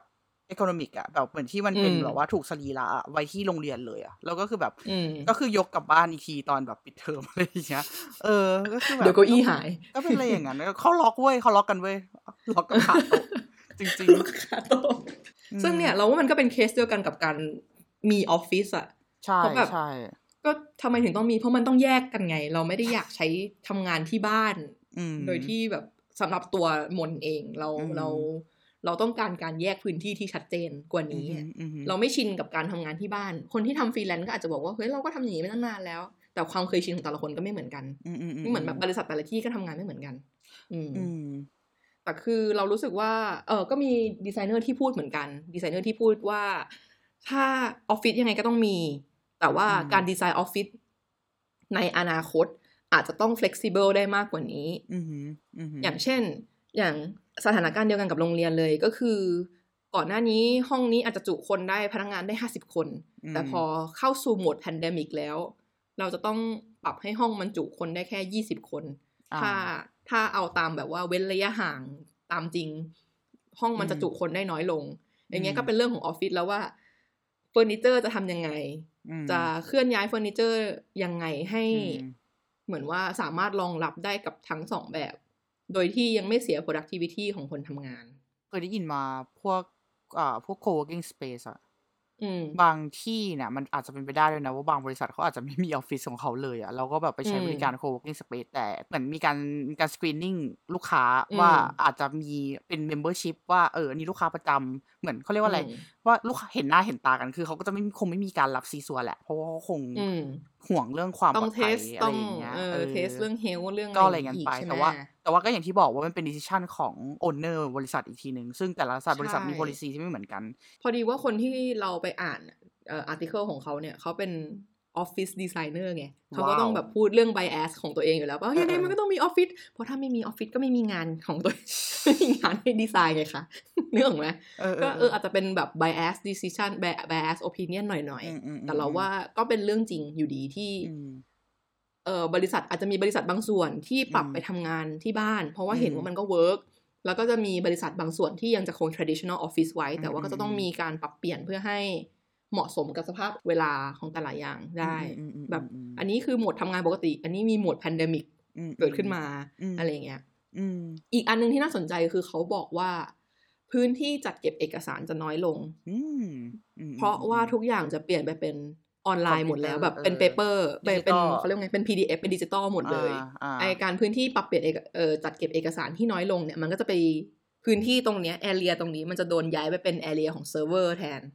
S2: economic อ่ะแบบเหมือนที่มันเป็นแบบว่าถูกสรีระไว้ที่โรงเรียนเลยอ่ะแล้วก็คือแบบก็คือยกกลับบ้านอีกทีตอนแบบปิดเทอมอะไรอย่างเงี้ยก็คือแบบ
S3: เดี๋ยวเก้าอี้หาย
S2: ก็เป็นอะไรอย่างนั้นเขาล็อกกันเว้ยล็อกกับขาโต๊ะจริง
S3: ๆขาโต๊ะซึ่งเนี่ยเราว่ามันก็เป็นเคสเดียวกันกับการมีออฟฟิศอ่ะเพราะแบบก็ทำไมถึงต้องมีเพราะมันต้องแยกกันไงเราไม่ได้อยากใช้ทำงานที่บ้านโดยที่แบบสำหรับตัวมนเองเราต้องการแยกพื้นที่ที่ชัดเจนกว่านี้เราไม่ชินกับการทำงานที่บ้านคนที่ทำฟรีแลนซ์ก็อาจจะบอกว่าเฮ้ยเราก็ทำอย่างนี้มาตั้งนานแล้วแต่ความเคยชินของแต่ละคนก็ไม่เหมือนกันไม่เหมือนแบบบริษัทแต่ละที่ก็ทำงานไม่เหมือนกันแต่คือเรารู้สึกว่าก็มีดีไซเนอร์ที่พูดเหมือนกันดีไซเนอร์ที่พูดว่าถ้าออฟฟิศยังไงก็ต้องมีแต่ว่าการดีไซน์ออฟฟิศในอนาคตอาจจะต้อง flexible ได้มากกว่านี้อย่างเช่นอย่างสถานการณ์เดียวกันกับโรงเรียนเลยก็คือก่อนหน้านี้ห้องนี้อาจจะจุคนได้พนักงานได้50คนแต่พอเข้าสู่โหมดแพนเดมิกแล้วเราจะต้องปรับให้ห้องมันจุคนได้แค่20คนถ้าเอาตามแบบว่าเว้นระยะห่างตามจริงห้องมันจะจุคนได้น้อยลงอย่างเงี้ยก็เป็นเรื่องของออฟฟิศแล้วว่าเฟอร์นิเจอร์จะทำยังไงจะเคลื่อนย้ายเฟอร์นิเจอร์ยังไงให้เหมือนว่าสามารถรองรับได้กับทั้ง2แบบโดยที่ยังไม่เสีย productivity ของคนทำงาน
S2: เคยได้ยินมาพวกco-working space อะบางที่เนี่ยมันอาจจะเป็นไปได้ด้วยนะว่าบางบริษัทเขาอาจจะไม่มีออฟฟิศของเขาเลยอะเราก็แบบไปใช้บริการ co-working space แต่เหมือนมีการ screening ลูกค้าว่าอาจจะมีเป็น membership ว่าอันนี้ลูกค้าประจำเหมือนเขาเรียกว่าอะไรว่าลูกค้าเห็นหน้าเห็นตากันคือเขาก็จะคงไม่มีการรับซีซัวแหละเพราะว่าเขาคงห่วงเรื่องความปลอดภัยอะไรอย่างเงี้ย
S3: เทสเรื่อง health เรื่อง
S2: ก็อะไรกันไปแต่ว่าก็อย่างที่บอกว่ามันเป็น decision ของ owner บริษัทอีกทีนึงซึ่งแต่ละบริษัทมี policy ที่ไม่เหมือนกัน
S3: พอดีว่าคนที่เราไปอ่านarticle ของเขาเนี่ยเขาเป็น office designer ไงเขาก็ต้องแบบพูดเรื่อง bias ของตัวเองอยู่แล้วว่ายังไงมันก็ต้องมีออฟฟิศเพราะถ้าไม่มีออฟฟิศก็ไม่มีงานของตัวไม่มีงานให้ดีไซน์ไงคะนึกออกไหมก็อาจจะเป็นแบบ bias decision bias opinion หน่อยๆแต่เราว่าก็เป็นเรื่องจริงอยู่ดีที่บริษัทอาจจะมีบริษัทบางส่วนที่ปรับไปทำงานที่บ้านเพราะว่าเห็นว่ามันก็เวิร์กแล้วก็จะมีบริษัทบางส่วนที่ยังจะคง traditional office ไว้แต่ว่าก็จะต้องมีการปรับเปลี่ยนเพื่อให้เหมาะสมกับสภาพเวลาของแต่ละอย่างได้แบบอันนี้คือโหมดทำงานปกติอันนี้มีโหมด pandemic เกิดขึ้นมาอะไรอย่างเงี้ยอีกอันนึงที่น่าสนใจคือเขาบอกว่าพื้นที่จัดเก็บเอกสารจะน้อยลงเพราะว่าทุกอย่างจะเปลี่ยนไปเป็นออนไลน์หมดแล้วแบบเป็นเปเปอร์เป็นเขาเรียกไงเป็น PDF เป็นดิจิตอลหมดเลยไอการพื้นที่ปรับเปลี่ยนจัดเก็บเอกสารที่น้อยลงเนี่ยมันก็จะไปพื้นที่ตรงเนี้ยแอเรียตรงนี้มันจะโดนย้ายไปเป็นแอเรียของเซิร์ฟเวอร์แทน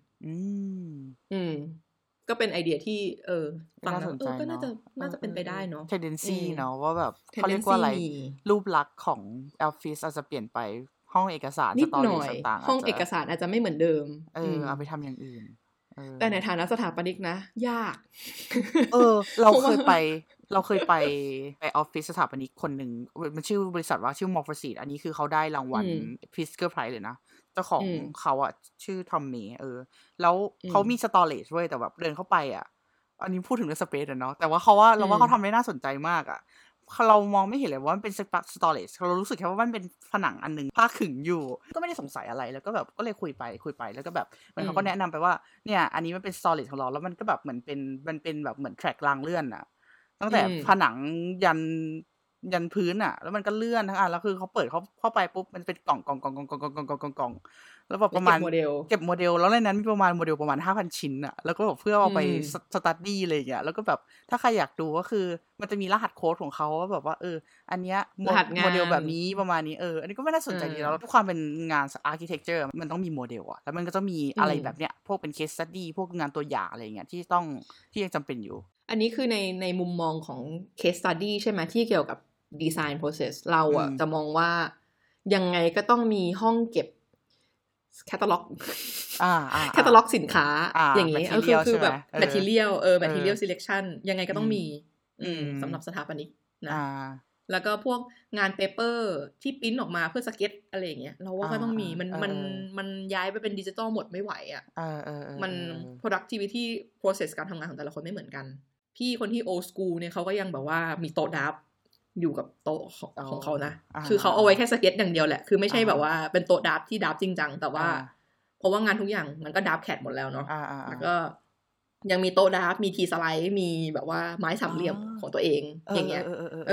S3: ก็เป็นไอเดียที่ฟังแล้วก็น่าจะเป็นไปได้เนาะ
S2: tendency เนาะว่าแบบเขาเรียกว่าอะไรรูปลักษณ์ของออฟฟิศอาจจะเปลี่ยนไปห้องเอกสาร
S3: สตอรี่ต่างๆห้องเอกสารอาจจะไม่เหมือนเดิม
S2: เอาไปทำอย่างอื่น
S3: แต่ในฐานะสถาปนิกนะยาก
S2: เราเคยไปออฟฟิศสถาปนิกคนหนึ่งมันชื่อบริษัทว่าชื่อ Morphoseed อันนี้คือเขาได้รางวัล Pritzker Prize เลยนะเจ้าของเขาอ่ะชื่อทอมมี่แล้วเขามีสตอเรจด้วยแต่แบบเดินเข้าไปอ่ะอันนี้พูดถึงเรื่องสเปซเนาะแต่ว่าเราว่าเขาทำได้น่าสนใจมากอ่ะเรามองไม่เห็นเลยว่ามันเป็นสตอเรจเรารู้สึกแค่ว่ามันเป็นผนังอันนึงผ้าขึงอยู่ก็ไม่ได้สงสัยอะไรแล้วก็แบบก็เลยคุยไปแล้วก็แบบมันเขาก็แนะนำไปว่าเนี่ยอันนี้มันเป็นสตอเรจของเราแล้วมันก็แบบเหมือนมันเป็นแบบเหมือนแทร็กรางเลื่อนอ่ะตั้งแต่ผนังยันพื้นอ่ะแล้วมันก็เลื่อนทั้งอันแล้วคือเขาเปิดเข้าไปปุ๊บมันเป็นกล่องแล้วแบบประมาณเก็บโมเดลแล้วในนั้นมีประมาณโมเดลประมาณ 5,000 ชิ้นอ่ะแล้วก็แบบเพื่อเอาไปสตั๊ดดี้อะไรอย่างเงี้ยแล้วก็แบบถ้าใครอยากดูก็คือมันจะมีรหัสโค้ดของเขาว่าแบบว่าอันเนี้ยโมเดลแบบนี้ประมาณนี้อันนี้ก็ไม่น่าสนใจดีแล้วทุกความเป็นงานอาร์คิเทคเจอร์มันต้องมีโมเดลอ่ะแล้วมันก็จะมีอะไรแบบเนี้ยพวกเป็นเคสสตั๊ดดี้พวกงานตัวอย่างอะไรอย่างเงี้ยที่ยังจำเป็นอยู่
S3: อันนี้คือในมุมมองของ case study ใช่ไหมที่เกี่ยวกับ design process เราอ่ะจะมองว่ายังไงก็ต้องมีห้องเก็บแคตตาล็อกแคตตาล็อกสินค้าอย่างนี้คือแบบ material selection ยังไงก็ต้องมีสำหรับสถาปนิกนะแล้วก็พวกงานเปเปอร์ที่ปริ้นออกมาเพื่อสเก็ตอะไรอย่างเงี้ยเราว่าก็ต้องมีมันย้ายไปเป็นดิจิตอลหมดไม่ไหวอ่ะมัน productivity process การทำงานของแต่ละคนไม่เหมือนกันพี่คนที่ old school เนี่ยเขาก็ยังแบบว่ามีโต๊ะดับอยู่กับโต๊ะของเขานะคือเขาเอาไว้แค่สเก็ตอย่างเดียวแหละคือไม่ใช่แบบว่าเป็นโต๊ะดับที่ดับจริงจังแต่ว่าราะว่างานทุกอย่างมันก็ดับแคทหมดแล้วเนาะแล้วก็ยังมีโต๊ะดับมีทีสไลด์มีแบบว่าไม้สามเหลี่ยมของตัวเองอย่างเงี้ย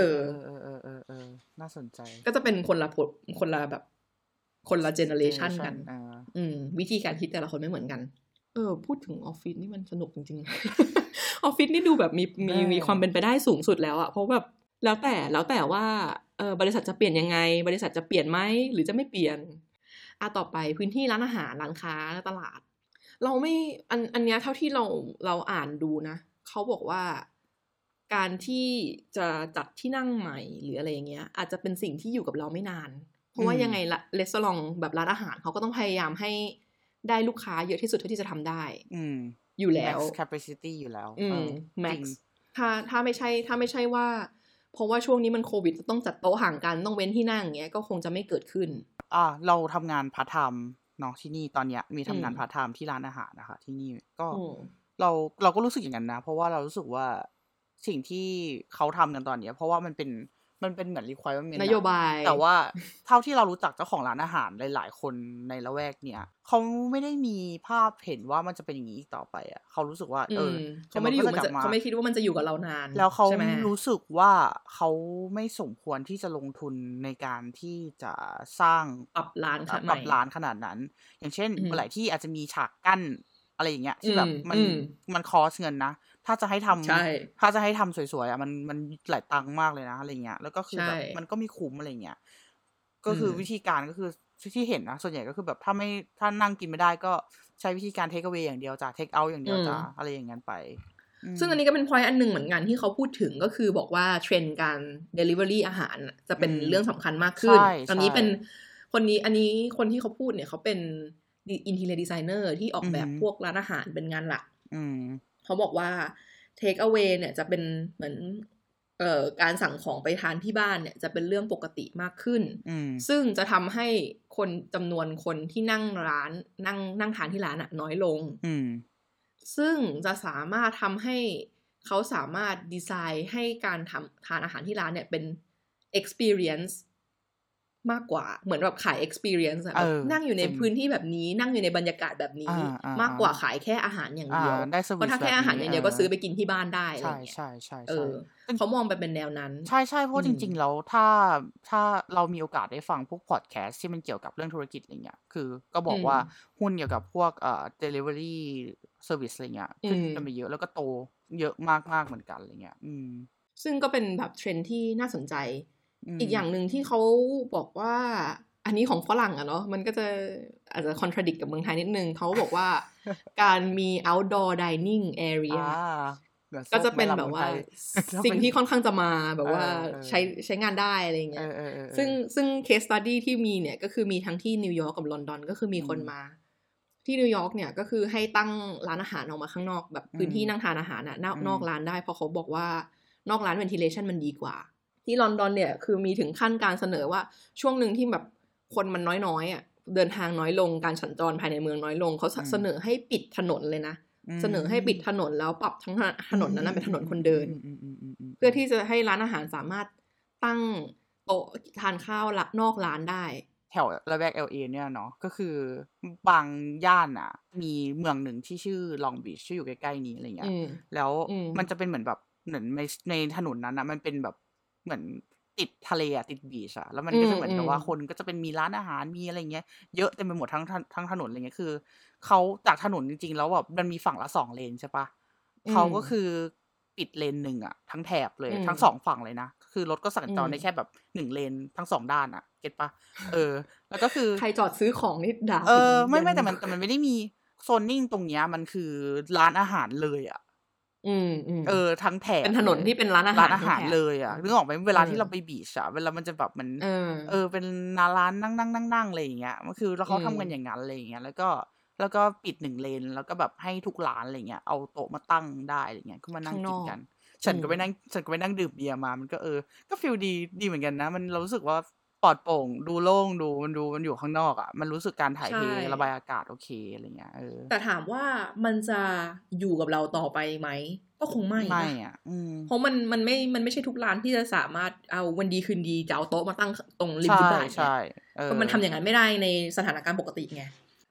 S2: น่าสนใจ
S3: ก็จะเป็นคนละแบบคนละเจเนอเรชันกันวิธีการคิดแต่ละคนไม่เหมือนกันพูดถึงออฟฟิศนี่มันสนุกจริงๆ ออฟฟิศนี่ดูแบบมีความเป็นไปได้สูงสุดแล้วอะเพราะแบบแล้วแต่ว่าบริษัทจะเปลี่ยนยังไงบริษัทจะเปลี่ยนไหมหรือจะไม่เปลี่ยนต่อไปพื้นที่ร้านอาหารร้านค้าตลาดเราไม่อันเนี้ยเท่าที่เราอ่านดูนะเขาบอกว่าการที่จะจัดที่นั่งใหม่หรืออะไรอย่างเงี้ยอาจจะเป็นสิ่งที่อยู่กับเราไม่นานเพราะว่ายังไงรีสอร์ทแบบร้านอาหารเขาก็ต้องพยายามให้ได้ลูกค้าเยอะที่สุดเท่าที่จะทำได้อยู่แล้ว
S2: max capacity อยู่แล้ว
S3: max ถ้าไม่ใช่ว่าเพราะว่าช่วงนี้มันโควิดต้องจัดโต๊ะห่างกันต้องเว้นที่นั่งอย่างเงี้ยก็คงจะไม่เกิดขึ้น
S2: เราทำงานพาร์ทไทม์เนาะที่นี่ตอนเนี้ยมีทำงานพาร์ทไทม์ที่ร้านอาหารนะคะที่นี่ก็เราก็รู้สึกอย่างนั้นนะเพราะว่าเรารู้สึกว่าสิ่งที่เขาทำกันตอนเนี้ยเพราะว่ามันเป็นเหมือน requirement
S3: นโยบาย
S2: แต่ว่าเท่าที่เรารู้จักเจ้าของร้านอาหารหลายๆคนในละแวกเนี่ยเขาไม่ได้มีภาพเห็นว่ามันจะเป็นอย่างนี้อีกต่อไปอ่ะเขารู้สึกว่า
S3: เขาไม่ได้อยู่เขาไม่คิดว่ามันจะอยู่กับเรานาน
S2: แล้วเขารู้สึกว่าเขาไม่สมควรที่จะลงทุนในการที่จะสร้าง
S3: ปรับร้
S2: านขนาดนั้นอย่างเช่นหลายที่อาจจะมีฉากกั้นอะไรอย่างเงี้ยที่แบบมันคอสเงินนะถ้าจะให้ทำสวยๆอ่ะมันหลายตังค์มากเลยนะอะไรเงี้ยแล้วก็คือแบบมันก็ไม่คุ้มอะไรเงี้ยก็คือวิธีการก็คือที่เห็นนะส่วนใหญ่ก็คือแบบถ้านั่งกินไม่ได้ก็ใช้วิธีการเทคเอาเวย์อย่างเดียวจ้ะเทคเอาท์อย่างเดียวจ้ะอะไรอย่างงั้นไป
S3: ซึ่งอันนี้ก็เป็น point อันนึงเหมือนกันที่เขาพูดถึงก็คือบอกว่าเทรนด์การ delivery อาหารจะเป็นเรื่องสำคัญมากขึ้นตอนนี้เป็นคนที่เขาพูดเนี่ยเขาเป็น interior designer ที่ออกแบบพวกร้านอาหารเป็นงานหลักเขาบอกว่า take away เนี่ยจะเป็นเหมือนการสั่งของไปทานที่บ้านเนี่ยจะเป็นเรื่องปกติมากขึ้นซึ่งจะทำให้คนจำนวนคนที่นั่งทานที่ร้านอะน้อยลงซึ่งจะสามารถทำให้เขาสามารถดีไซน์ให้การทานอาหารที่ร้านเนี่ยเป็น experience มากกว่าเหมือนแบบขาย experience อะนั่งอยู่ในพื้นที่แบบนี้นั่งอยู่ในบรรยากาศแบบนี้มากกว่าขายแค่อาหารอย่างเดียวเพราะถ้าแค่อาหารอย่างเดียวก็ซื้อไปกินที่บ้านได้อะไรอย่างเงี้ย
S2: ใช่
S3: เขามองไปเป็นแนวนั้น
S2: ใช่เพราะจริงๆแล้วถ้าเรามีโอกาสได้ฟังพวกพอดแคสต์ที่มันเกี่ยวกับเรื่องธุรกิจอะไรเงี้ยคือก็บอกว่าหุ้นเกี่ยวกับพวกdelivery service อะไรเงี้ยขึ้นกันไปเยอะแล้วก็โตเยอะมากๆเหมือนกันอะไรเงี้ย
S3: ซึ่งก็เป็นแบบเทรนด์ที่น่าสนใจอีกอย่างหนึ่งที่เขาบอกว่าอันนี้ของฝรั่งอะเนาะมันก็จะอาจจะ contradict กับเมืองไทยนิดนึงเขาบอกว่าการมี outdoor dining area ก็จะเป็นแบบว่าสิ่งที่ค่อนข้างจะมาแบบว่าใช้งานได้อะไรเงี้ยซึ่ง case study ที่มีเนี่ยก็คือมีทั้งที่นิวยอร์กกับลอนดอนก็คือมีคนมาที่นิวยอร์กเนี่ยก็คือให้ตั้งร้านอาหารออกมาข้างนอกแบบพื้นที่นั่งทานอาหารนอกร้านได้เพราะเขาบอกว่านอกร้าน ventilation มันดีกว่าที่ลอนดอนเนี่ยคือมีถึงขั้นการเสนอว่าช่วงนึงที่แบบคนมันน้อยๆอ่ะเดินทางน้อยลงการสัญจรภายในเมืองน้อยลงเขาเสนอให้ปิดถนนเลยนะเสนอให้ปิดถนนแล้วปรับทั้งถนนนั้นเป็นถนนคนเดินเพื่อที่จะให้ร้านอาหารสามารถตั้งโต๊ะทานข้าวนอกร้านได้
S2: แถวละแวก LA เนี่ยเนาะก็คือบางย่านอ่ะมีเมืองหนึ่งที่ชื่อลองบีชที่อยู่ใกล้ๆนี้อะไรเงี้ยแล้วมันจะเป็นเหมือนแบบเหมือนในถนนนั้นนะมันเป็นแบบเหมือนติดทะเลติดบีชแล้วมันก็จะเหมือนกับว่าคนก็จะเป็นมีร้านอาหารมีอะไรเงี้ยเยอะเต็มไปหมดทั้งถนนอะไรเงี้ยคือเขาจากถนนจริงๆแล้วแบบมันมีฝั่งละ2เลนใช่ปะเขาก็คือปิดเลนนึงอ่ะทั้งแถบเลยทั้ง2ฝั่งเลยนะคือรถก็สัญจรได้แค่แบบ1เลนทั้ง2ด้านอ่ะเก็ทปะแล้วก็คือ
S3: ใครจอดซื้อของนี่ด่า
S2: ไม่แต่มันไม่ได้มีโซนนิ่งตรงเนี้ยมันคือร้านอาหารเลยอ่ะทั้งแถบ
S3: เป็นถนนที่เป็นร้านอาหาร
S2: เลยอ่ะนึกออกไหมเวลาที่เราไปบีชอ่ะเวลามันจะแบบมันเป็นร้านนั่งอะไรอย่างเงี้ยมันคือแล้วเขาทำกันอย่างนั้นอะไรอย่างเงี้ยแล้วก็ปิด1เลนแล้วก็แบบให้ทุกร้านอะไรเงี้ยเอาโต๊ะมาตั้งได้อะไรเงี้ยก็มานั่งกินกันฉันก็ไปนั่งดื่มเบียร์มามันก็ก็ฟีลดีเหมือนกันนะมันเรารู้สึกว่าปลอดโปร่งดูโล่งมันอยู่ข้างนอกอ่ะมันรู้สึกการถ่ายเทระบายอากาศโอเคอะไรเงี้ย
S3: แต่ถามว่ามันจะอยู่กับเราต่อไปไหมก็คงไม่
S2: อ่ะ
S3: เพราะมันไม่ใช่ทุกร้านที่จะสามารถเอาวันดีคืนดีจะเอาโต๊ะมาตั้งตรงริมฟุตบาทใช่เพราะมันทำอย่างนั้นไม่ได้ในสถานการณ์ปกติไง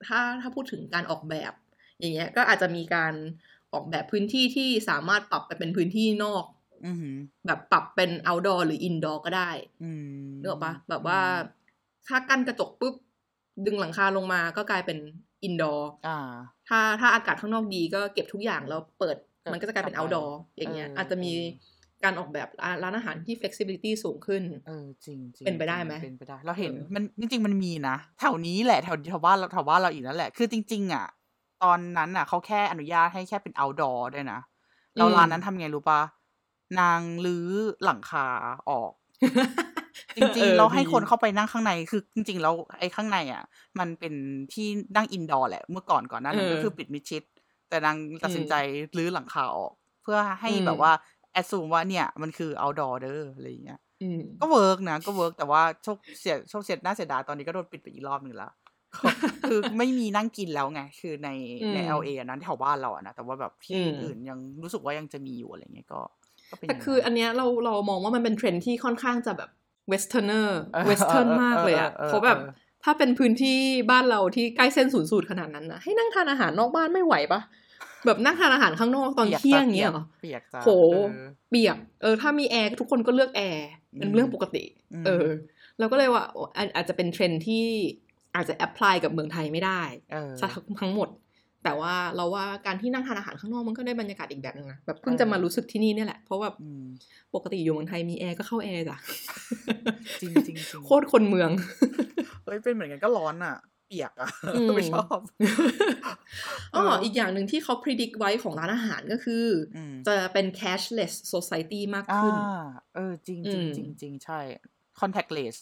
S3: ถ้าพูดถึงการออกแบบอย่างเงี้ยก็อาจจะมีการออกแบบพื้นที่ที่สามารถปรับไปเป็นพื้นที่นอกแบบปรับเป็น outdoor หรือ indoor ก็ได้นึกออกปะแบบว่าถ้ากั้นกระจกปุ๊บดึงหลังคาลงมาก็กลายเป็น indoor ถ้าอากาศข้างนอกดีก็เก็บทุกอย่างแล้วเปิดมันก็จะกลายเป็น outdoor อย่างเงี้ยอาจจะมีการออกแบบร้านอาหารที่ flexibility สูงขึ้น
S2: จริง
S3: เป็นไปได้ไหม
S2: เป็นไปได้เราเห็นมันจริงๆมันมีนะแถวนี้แหละแถวบ้านเราอีกนั่นแหละคือจริงๆอ่ะตอนนั้นอ่ะเขาแค่อนุญาตให้แค่เป็น outdoor ด้วยนะแล้วร้านนั้นทำไงรู้ปะนางรื้อหลังคาออก จริงๆเราให้คนเข้าไปนั่งข้างในคือจริงๆแล้วไอ้ข้างในอ่ะมันเป็นที่นั่งอินดอร์แหละเมื่อก่อนหน้านั้นก็คือปิดมิดชิดแต่นางตัดสินใจรื้อหลังคาออกเพื่อให้แบบว่าแอดซูมว่าเนี่ยมันคือ outdoor เด้ออะไรอย่างเงี้ยก็เวิร์กนะก็เวิร์กแต่ว่าโชคเสียน่าเสียดายตอนนี้ก็โดนปิดไปอีกรอบนึงแล้วคือไม่มีนั่งกินแล้วไงคือใน LA นั้นแถวบ้านเราอะนะแต่ว่าแบบที่อื่นยังรู้สึกว่ายังจะมีอยู่อะไรเงี้ยก็เป็น
S3: แต่คืออันเนี้ยเรามองว่ามันเป็นเทรนด์ที่ค่อนข้างจะแบบเวสเทิร์นมากเลยอะเพราะแบบถ้าเป็นพื้นที่บ้านเราที่ใกล้เส้นศูนย์สูตรขนาดนั้นนะให้นั่งทานอาหารนอกบ้านไม่ไหวปะแบบนั่งทานอาหารข้างนอกตอนเที่ยงเงี้ยเหรอ
S2: เปียกจ้ะ
S3: โหเปียกถ้ามีแอร์ทุกคนก็เลือกแอร์เป็นเรื่องปกติเราก็เลยว่าอาจจะเป็นเทรนด์ที่อาจจะแอพพลายกับเมืองไทยไม่ได้ทั้งหมดแต่ว่าเราว่าการที่นั่งทานอาหารข้างนอกมันก็ได้บรรยากาศอีกแบบนึงนะแบบเพิ่งจะมารู้สึกที่นี่เนี่ยแหละเพราะว่าปกติอยู่เมืองไทยมีแอร์ก็เข้าแอร์จ้ะ
S2: จริงๆ
S3: โคตรคนเมือง
S2: เฮ้ยเป็นเหมือนกันก็ร้อนอ่ะเปียกอ่ะไม่ชอบ
S3: อีกอย่างหนึ่งที่เขา predict ไว้ของร้านอาหารก็คือจะเป็น cashless society มากขึ้น
S2: จริงใช่ contactless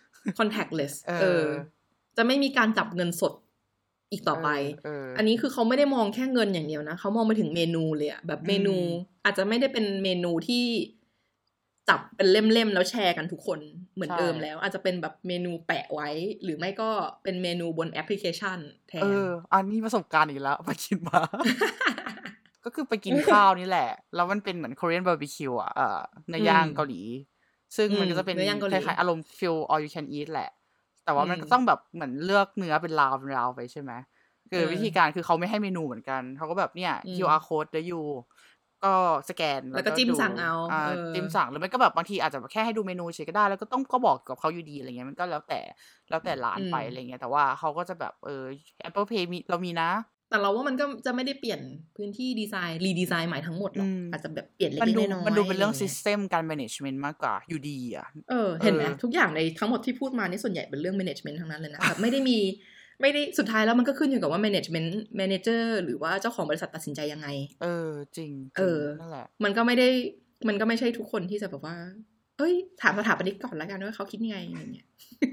S3: จะไม่มีการจับเงินสดอีกต่อไปอันนี้คือเขาไม่ได้มองแค่เงินอย่างเดียวนะเขามองไปถึงเมนูเลยอะแบบเมนูอาจจะไม่ได้เป็นเมนูที่จับเป็นเล่มๆแล้วแชร์กันทุกคนเหมือนเดิมแล้วอาจจะเป็นแบบเมนูแปะไว้หรือไม่ก็เป็นเมนูบนแอปพลิเคชันแทน
S2: อันนี้ประสบการณ์อีกแล้วไปกินมา ก็คือไปกินข้าวนี่แหละแล้วมันเป็นเหมือน Korean barbecue อ่ะเนื้อย่างเกาหลีซึ่งมันก็จะเป็นคล้ายๆอารมณ์ feel all you can eat แหละแต่ว่ามันก็ต้องแบบเหมือนเลือกเนื้อเป็นราวไปใช่ไหมคือวิธีการคือเขาไม่ให้เมนูเหมือนกันเขาก็แบบเนี่ย QR code เดี๋ยวอยู่ก็สแกน
S3: แล้วก็จิ้มสั่งเอา
S2: จิ้มสั่งหรือไม่ก็แบบบางทีอาจจะแค่ให้ดูเมนูเฉยก็ได้แล้วก็บอกกับเขาอยู่ดีอะไรเงี้ยมันก็แล้วแต่ร้านไปอะไรเงี้ยแต่ว่าเขาก็จะแบบApple Pay เรามีนะ
S3: แต่เราว่ามันก็จะไม่ได้เปลี่ยนพื้นที่ดีไซน์รีดีไซน์ใหม่ทั้งหมดหรอกอาจจะแบบเปลี่ยนเล็กๆน้อยๆ
S2: มันดูเป็นเรื่อง system การ management มากกว่าอยู่ดีอ่ะ
S3: เห็นไหมทุกอย่างในทั้งหมดที่พูดมานี่ส่วนใหญ่เป็นเรื่อง management ทั้งนั้นเลยนะแบบไม่ได้สุดท้ายแล้วมันก็ขึ้นอยู่กับว่า manager หรือว่าเจ้าของบริษัทตัดสินใจยังไง
S2: จริงนั่นแหละ
S3: มันก็ไม่ใช่ทุกคนที่จะแบบว่าถามสถาปนิกก่อนแล้วกันว่าเขาคิดยังไงอะไรเงี้ย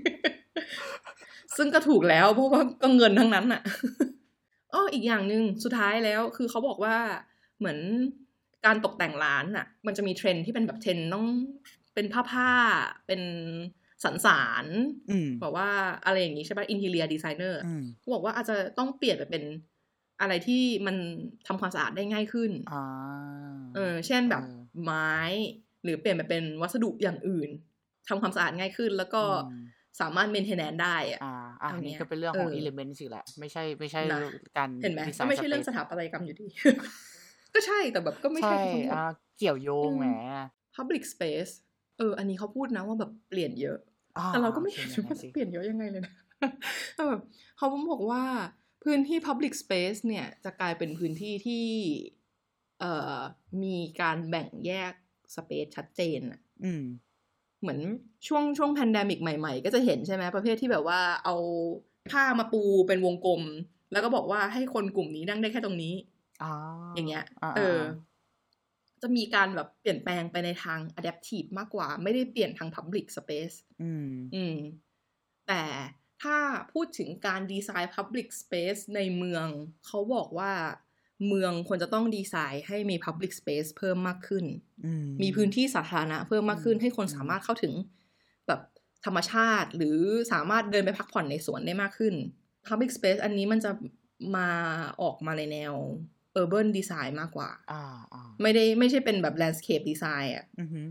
S3: ซึ่งก็ถูกแล้วเพราะว่าก็เงินทั้งนั้นน่ะอีกอย่างนึงสุดท้ายแล้วคือเขาบอกว่าเหมือนการตกแต่งร้านน่ะมันจะมีเทรนด์ที่เป็นแบบเทรนด์ต้องเป็นผ้าเป็นสารบอกว่าอะไรอย่างนี้ใช่ป่ะ interior designer เขาบอกว่าอาจจะต้องเปลี่ยนไปเป็นอะไรที่มันทำความสะอาดได้ง่ายขึ้นเช่นแบบไม้หรือเปลี่ยนไปเป็นวัสดุอย่างอื่นทำความสะอาดง่ายขึ้นแล้วก็สามารถ maintenance ได้
S2: อันนี้ก็เป็นเรื่องของ element สิแหละไม่ใช่การ
S3: เห็นไหมก็ไม่ใช่เรื่องสถาปัตยกรรมอยู่ดี ก็ใช่แต่แบบก็ไม่ใช่ทั้งหมด
S2: เกี่ยวโยงแหม
S3: public space อันนี้เขาพูดนะว่าแบบเปลี่ยนเยอะแต่เราก็ไม่เห็นว่าเปลี่ยนเยอะยังไงเลยนะแบบเขาบอกว่าพื้นที่ public space เนี่ยจะกลายเป็นพื้นที่ที่มีการแบ่งแยก space ชัดเจนเหมือนช่วงแพนเดมิกใหม่ๆก็จะเห็นใช่ไหมประเภทที่แบบว่าเอาผ้ามาปูเป็นวงกลมแล้วก็บอกว่าให้คนกลุ่มนี้นั่งได้แค่ตรงนี้อย่างเงี้ยจะมีการแบบเปลี่ยนแปลงไปในทาง adaptive มากกว่าไม่ได้เปลี่ยนทาง public space แต่ถ้าพูดถึงการดีไซน์ public space ในเมืองเขาบอกว่าเมืองควรจะต้องดีไซน์ให้มี public space เพิ่มมากขึ้นมีพื้นที่สาธารณะเพิ่มมากขึ้นให้คนสามารถเข้าถึงแบบธรรมชาติหรือสามารถเดินไปพักผ่อนในสวนได้มากขึ้น public space อันนี้มันจะออกมาในแนวurban design มากกว่าไม่ใช่เป็นแบบ landscape design อ่ะ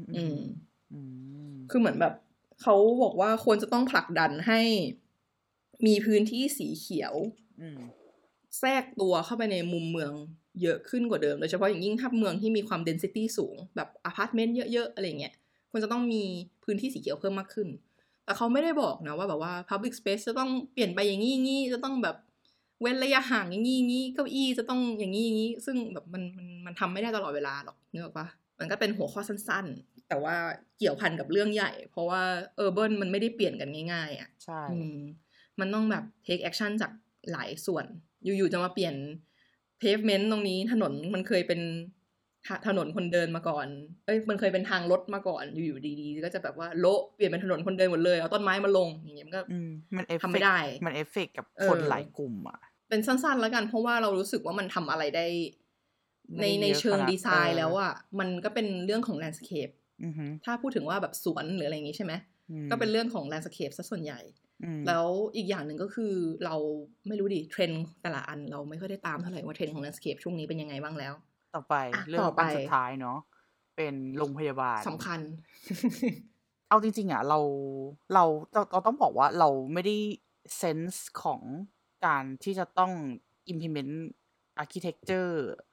S3: คือเหมือนแบบเขาบอกว่าควรจะต้องผลักดันให้มีพื้นที่สีเขียวแทรกตัวเข้าไปในมุมเมืองเยอะขึ้นกว่าเดิมโดยเฉพาะอย่างยิ่งถ้าเมืองที่มีความ density สูงแบบอพาร์ตเมนต์เยอะๆอะไรเงี้ยควรจะต้องมีพื้นที่สีเขียวเพิ่มมากขึ้นแต่เขาไม่ได้บอกนะว่าแบบว่า public space จะต้องเปลี่ยนไปอย่างงี้จะต้องแบบเว้นระยะห่างอย่างงี้เก้าอี้จะต้องอย่างงี้ซึ่งแบบมันทำไม่ได้ตลอดเวลาหรอกนึกออกปะมันก็เป็นหัวข้อสั้นๆแต่ว่าเกี่ยวพันกับเรื่องใหญ่เพราะว่าurban มันไม่ได้เปลี่ยนกันง่ายๆอ่ะ
S2: ใช่
S3: มันต้องแบบ take action จากหลายส่วนอยู่ๆจะมาเปลี่ยน pavement ตรงนี้ถนนมันเคยเป็นถนนคนเดินมาก่อนมันเคยเป็นทางรถมาก่อนอยู่ๆดีๆก็จะแบบว่าโละเปลี่ยนเป็นถนนคนเดินหมดเลยเอาต้นไม้มาลงอย่างเงี้ยมันก็ทำไม่ได้
S2: มันเอฟเฟกต์กับคนหลายกลุ่มอ่ะ
S3: เป็นสั้นๆแล้วกันเพราะว่าเรารู้สึกว่ามันทำอะไรได้ในเชิงดีไซน์แล้วอ่ะมันก็เป็นเรื่องของ landscape ถ้าพูดถึงว่าแบบสวนหรืออะไรอย่างงี้ใช่ไหมก็เป็นเรื่องของ landscape ซะส่วนใหญ่แล้วอีกอย่างหนึ่งก็คือเราไม่รู้ดิเทรนด์แต่ละอันเราไม่ค่อยได้ตามเท่าไหร่ว่าเทรนด์ของ landscape ช่วงนี้เป็นยังไงบ้างแล้ว
S2: ต่อไปเรื่องอันสุดท้ายเนาะเป็นโรงพยาบาล
S3: สำคัญ
S2: เอาจริงๆอ่ะเราต้องบอกว่าเราไม่ได้เซนส์ของการที่จะต้อง implement architecture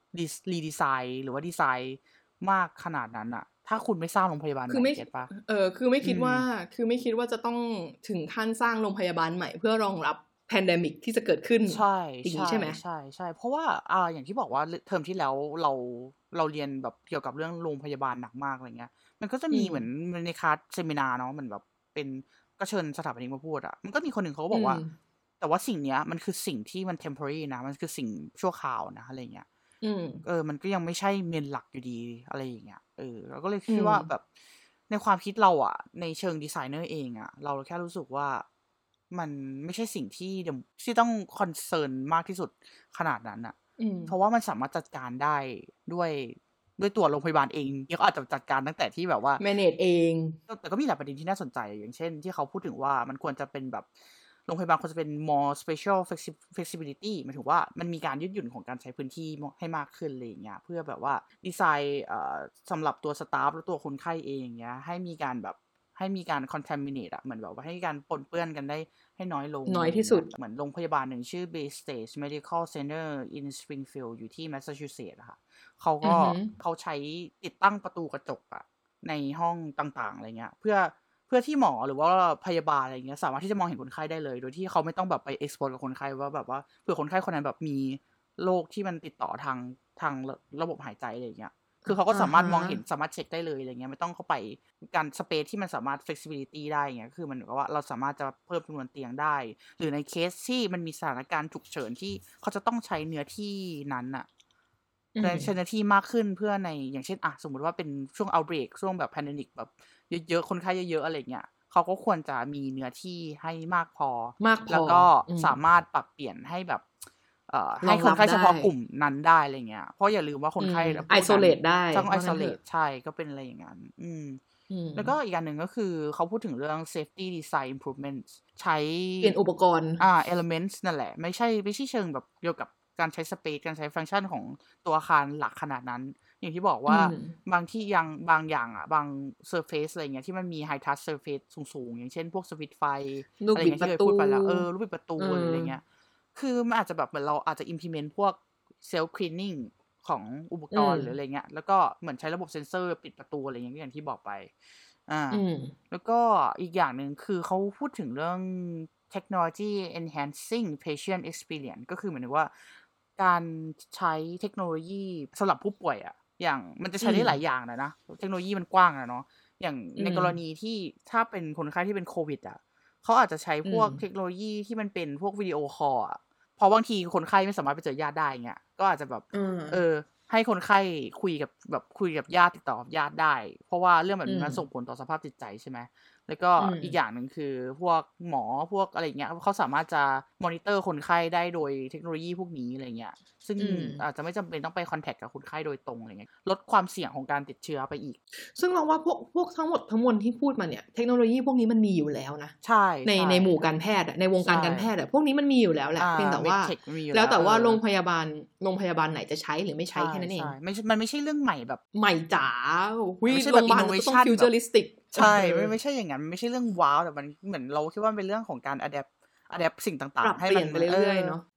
S2: redesign หรือว่าดีไซน์มากขนาดนั้นอ่ะถ้าคุณไม่สร้างโรงพยาบาลใหม่เก็ทป่ะ
S3: คือไม่คิดว่าจะต้องถึงขั้นสร้างโรงพยาบาลใหม่เพื่อรองรับแพนเดมิกที่จะเกิดขึ้นอย่างนี้ใช่ไหม
S2: ใช่เพราะว่าอย่างที่บอกว่าเทอมที่แล้วเราเรียนแบบเกี่ยวกับเรื่องโรงพยาบาลหนักมากอะไรเงี้ยมันก็จะมีเหมือนในคลาสเซมินาเนาะมันแบบเป็นก็เชิญสถาปนิกมาพูดอ่ะมันก็มีคนหนึ่งเขาก็บอกว่าแต่ว่าสิ่งเนี้ยมันคือสิ่งที่มัน temporary นะมันคือสิ่งชั่วคราวนะอะไรเงี้ยมันก็ยังไม่ใช่เมนหลักอยู่ดีอะไรอย่างเงี้ยเราก็เลยคิดว่าแบบในความคิดเราอ่ะในเชิงดีไซเนอร์เองอ่ะเราแค่รู้สึกว่ามันไม่ใช่สิ่งที่ต้องคอนเซิร์นมากที่สุดขนาดนั้นอ่ะเพราะว่ามันสามารถจัดการได้ด้วยตัวโรงพยาบาลเองก็อาจจะจัดการตั้งแต่ที่แบบว่า
S3: manage เอง
S2: แต่ก็มีหลายประเด็นที่น่าสนใจอย่างเช่นที่เขาพูดถึงว่ามันควรจะเป็นแบบโรงพยาบาลควรจะเป็น more special flexibility หมายถึงว่ามันมีการยืดหยุ่นของการใช้พื้นที่ให้มากขึ้นอะไรอย่างเงี้ยเพื่อแบบว่าดีไซน์สำหรับตัวสตาฟและตัวคนไข้เองเงี้ยให้มีการ contaminate เหมือนแบบว่าให้การปนเปื้อนกันได้ให้น้อยลง
S3: น้อยที่สุด
S2: เหมือนโรงพยาบาลหนึ่งชื่อ Bay State Medical Center in Springfield อยู่ที่ Massachusetts อะค่ะเขาใช้ติดตั้งประตูกระจกอะในห้องต่างๆอะไรเงี้ยเพื่อที่หมอหรือว่าพยาบาลอะไรเงี้ยสามารถที่จะมองเห็นคนไข้ได้เลยโดยที่เขาไม่ต้องแบบไป expose กับคนไข้ว่าแบบว่าเผื่อคนไข้คนนั้นแบบมีโรคที่มันติดต่อทางระบบหายใจอะไรเงี้ยคือเขาก็สามารถมองเห็นสามารถเช็คได้เลยอะไรเงี้ยไม่ต้องเข้าไปการสเปซที่มันสามารถ flexibility ได้เงี้ยคือมันก็ว่าเราสามารถจะเพิ่มจำนวนเตียงได้หรือในเคสที่มันมีสถานการณ์ฉุกเฉินที่เขาจะต้องใช้เนื้อที่นั้นอะใช้เนื้อที่มากขึ้นเพื่อในอย่างเช่นสมมุติว่าเป็นช่วง outbreak ช่วงแบบ pandemic แบบเยอะๆคนไข้เยอะๆอะไรเงี้ยเขาก็ควรจะมีเนื้อที่ให้มากพอแล้วก็สามารถปรับเปลี่ยนให้แบบให้คนไข้เฉพาะกลุ่มนั้นได้อะไรเงี้ยเพราะอย่าลืมว่าคนไข้
S3: ไอโซเลตได้
S2: ต้องไอโซเลตใช่ก็เป็นอะไรอย่างนั้นแล้วก็อีกอย่างหนึ่งก็คือเขาพูดถึงเรื่อง safety design improvements ใช้
S3: เปลี่ยนอุปกรณ์
S2: elements นั่นแหละไม่ใช่เชิงแบบเกี่ยวกับการใช้ space การใช้ฟังก์ชันของตัวอาคารหลักขนาดนั้นอย่างที่บอกว่าบางที่บางอย่างบาง surface อะไรเงี้ยที่มันมี high touch surface สูงๆอย่างเช่นพวกสวิตช์ไฟอะไรเงี้ยที่เคยพูดไปแล้วลูกบิดประตูอะไรเงี้ยคือมันอาจจะแบบเหมือนเราอาจจะ implement พวก self cleaning ของอุปกรณ์หรืออะไรเงี้ยแล้วก็เหมือนใช้ระบบเซ็นเซอร์ปิดประตูอะไรอย่างที่บอกไปแล้วก็อีกอย่างหนึ่งคือเขาพูดถึงเรื่อง technology enhancing patient experience ก็คือเหมือนว่าการใช้เทคโนโลยีสำหรับผู้ป่วยอย่างมันจะใช้ได้หลายอย่างนะเทคโนโลยีมันกว้างเนาะอย่างในกรณีที่ถ้าเป็นคนไข้ที่เป็นโควิดเขาอาจจะใช้พวกเทคโนโลยีที่มันเป็นพวกวิดีโอคอลเพราะบางทีคนไข้ไม่สามารถไปเจอญาติได้เงี้ยก็อาจจะแบบให้คนไข้คุยกับญาติติดต่อกับญาติได้เพราะว่าเรื่องแบบนี้มันส่งผลต่อสภาพจิตใจใช่ไหมแล้วก็อีกอย่างหนึ่งคือพวกหมอพวกอะไรเงี้ยเขาสามารถจะมอนิเตอร์คนไข้ได้โดยเทคโนโลยีพวกนี้อะไรเงี้ยซึ่งอาจจะไม่จำเป็นต้องไปคอนแทคกับคนไข้โดยตรงอะไรเงี้ยลดความเสี่ยงของการติดเชื้อไปอีก
S3: ซึ่งเราว่าพวกทั้งหมดทั้งมวลที่พูดมาเนี่ยเทคโนโลยีพวกนี้มันมีอยู่แล้วนะ
S2: ใช่
S3: ในหมู่การแพทย์ในวงการการแพทย์พวกนี้มันมีอยู่แล้วแหละเพียงแต่ว่าแล้วแต่ว่าโรงพยาบาลไหนจะใช้หรือไม่ใช้แค่นั้นเอง
S2: มันไม่ใช่เรื่องใหม่แบบ
S3: ใหม่จ๋าโรงพยาบาลต้องฟิวเจอริสติก
S2: ใช่ไม่ใช่อย่างนั้นไม่ใช่เรื่องว้าวแต่มันเหมือนเราคิดว่าเป็นเรื่องของการอะแดปสิ่งต่างๆให้มัน
S3: ไปเรื่อยๆเนาะ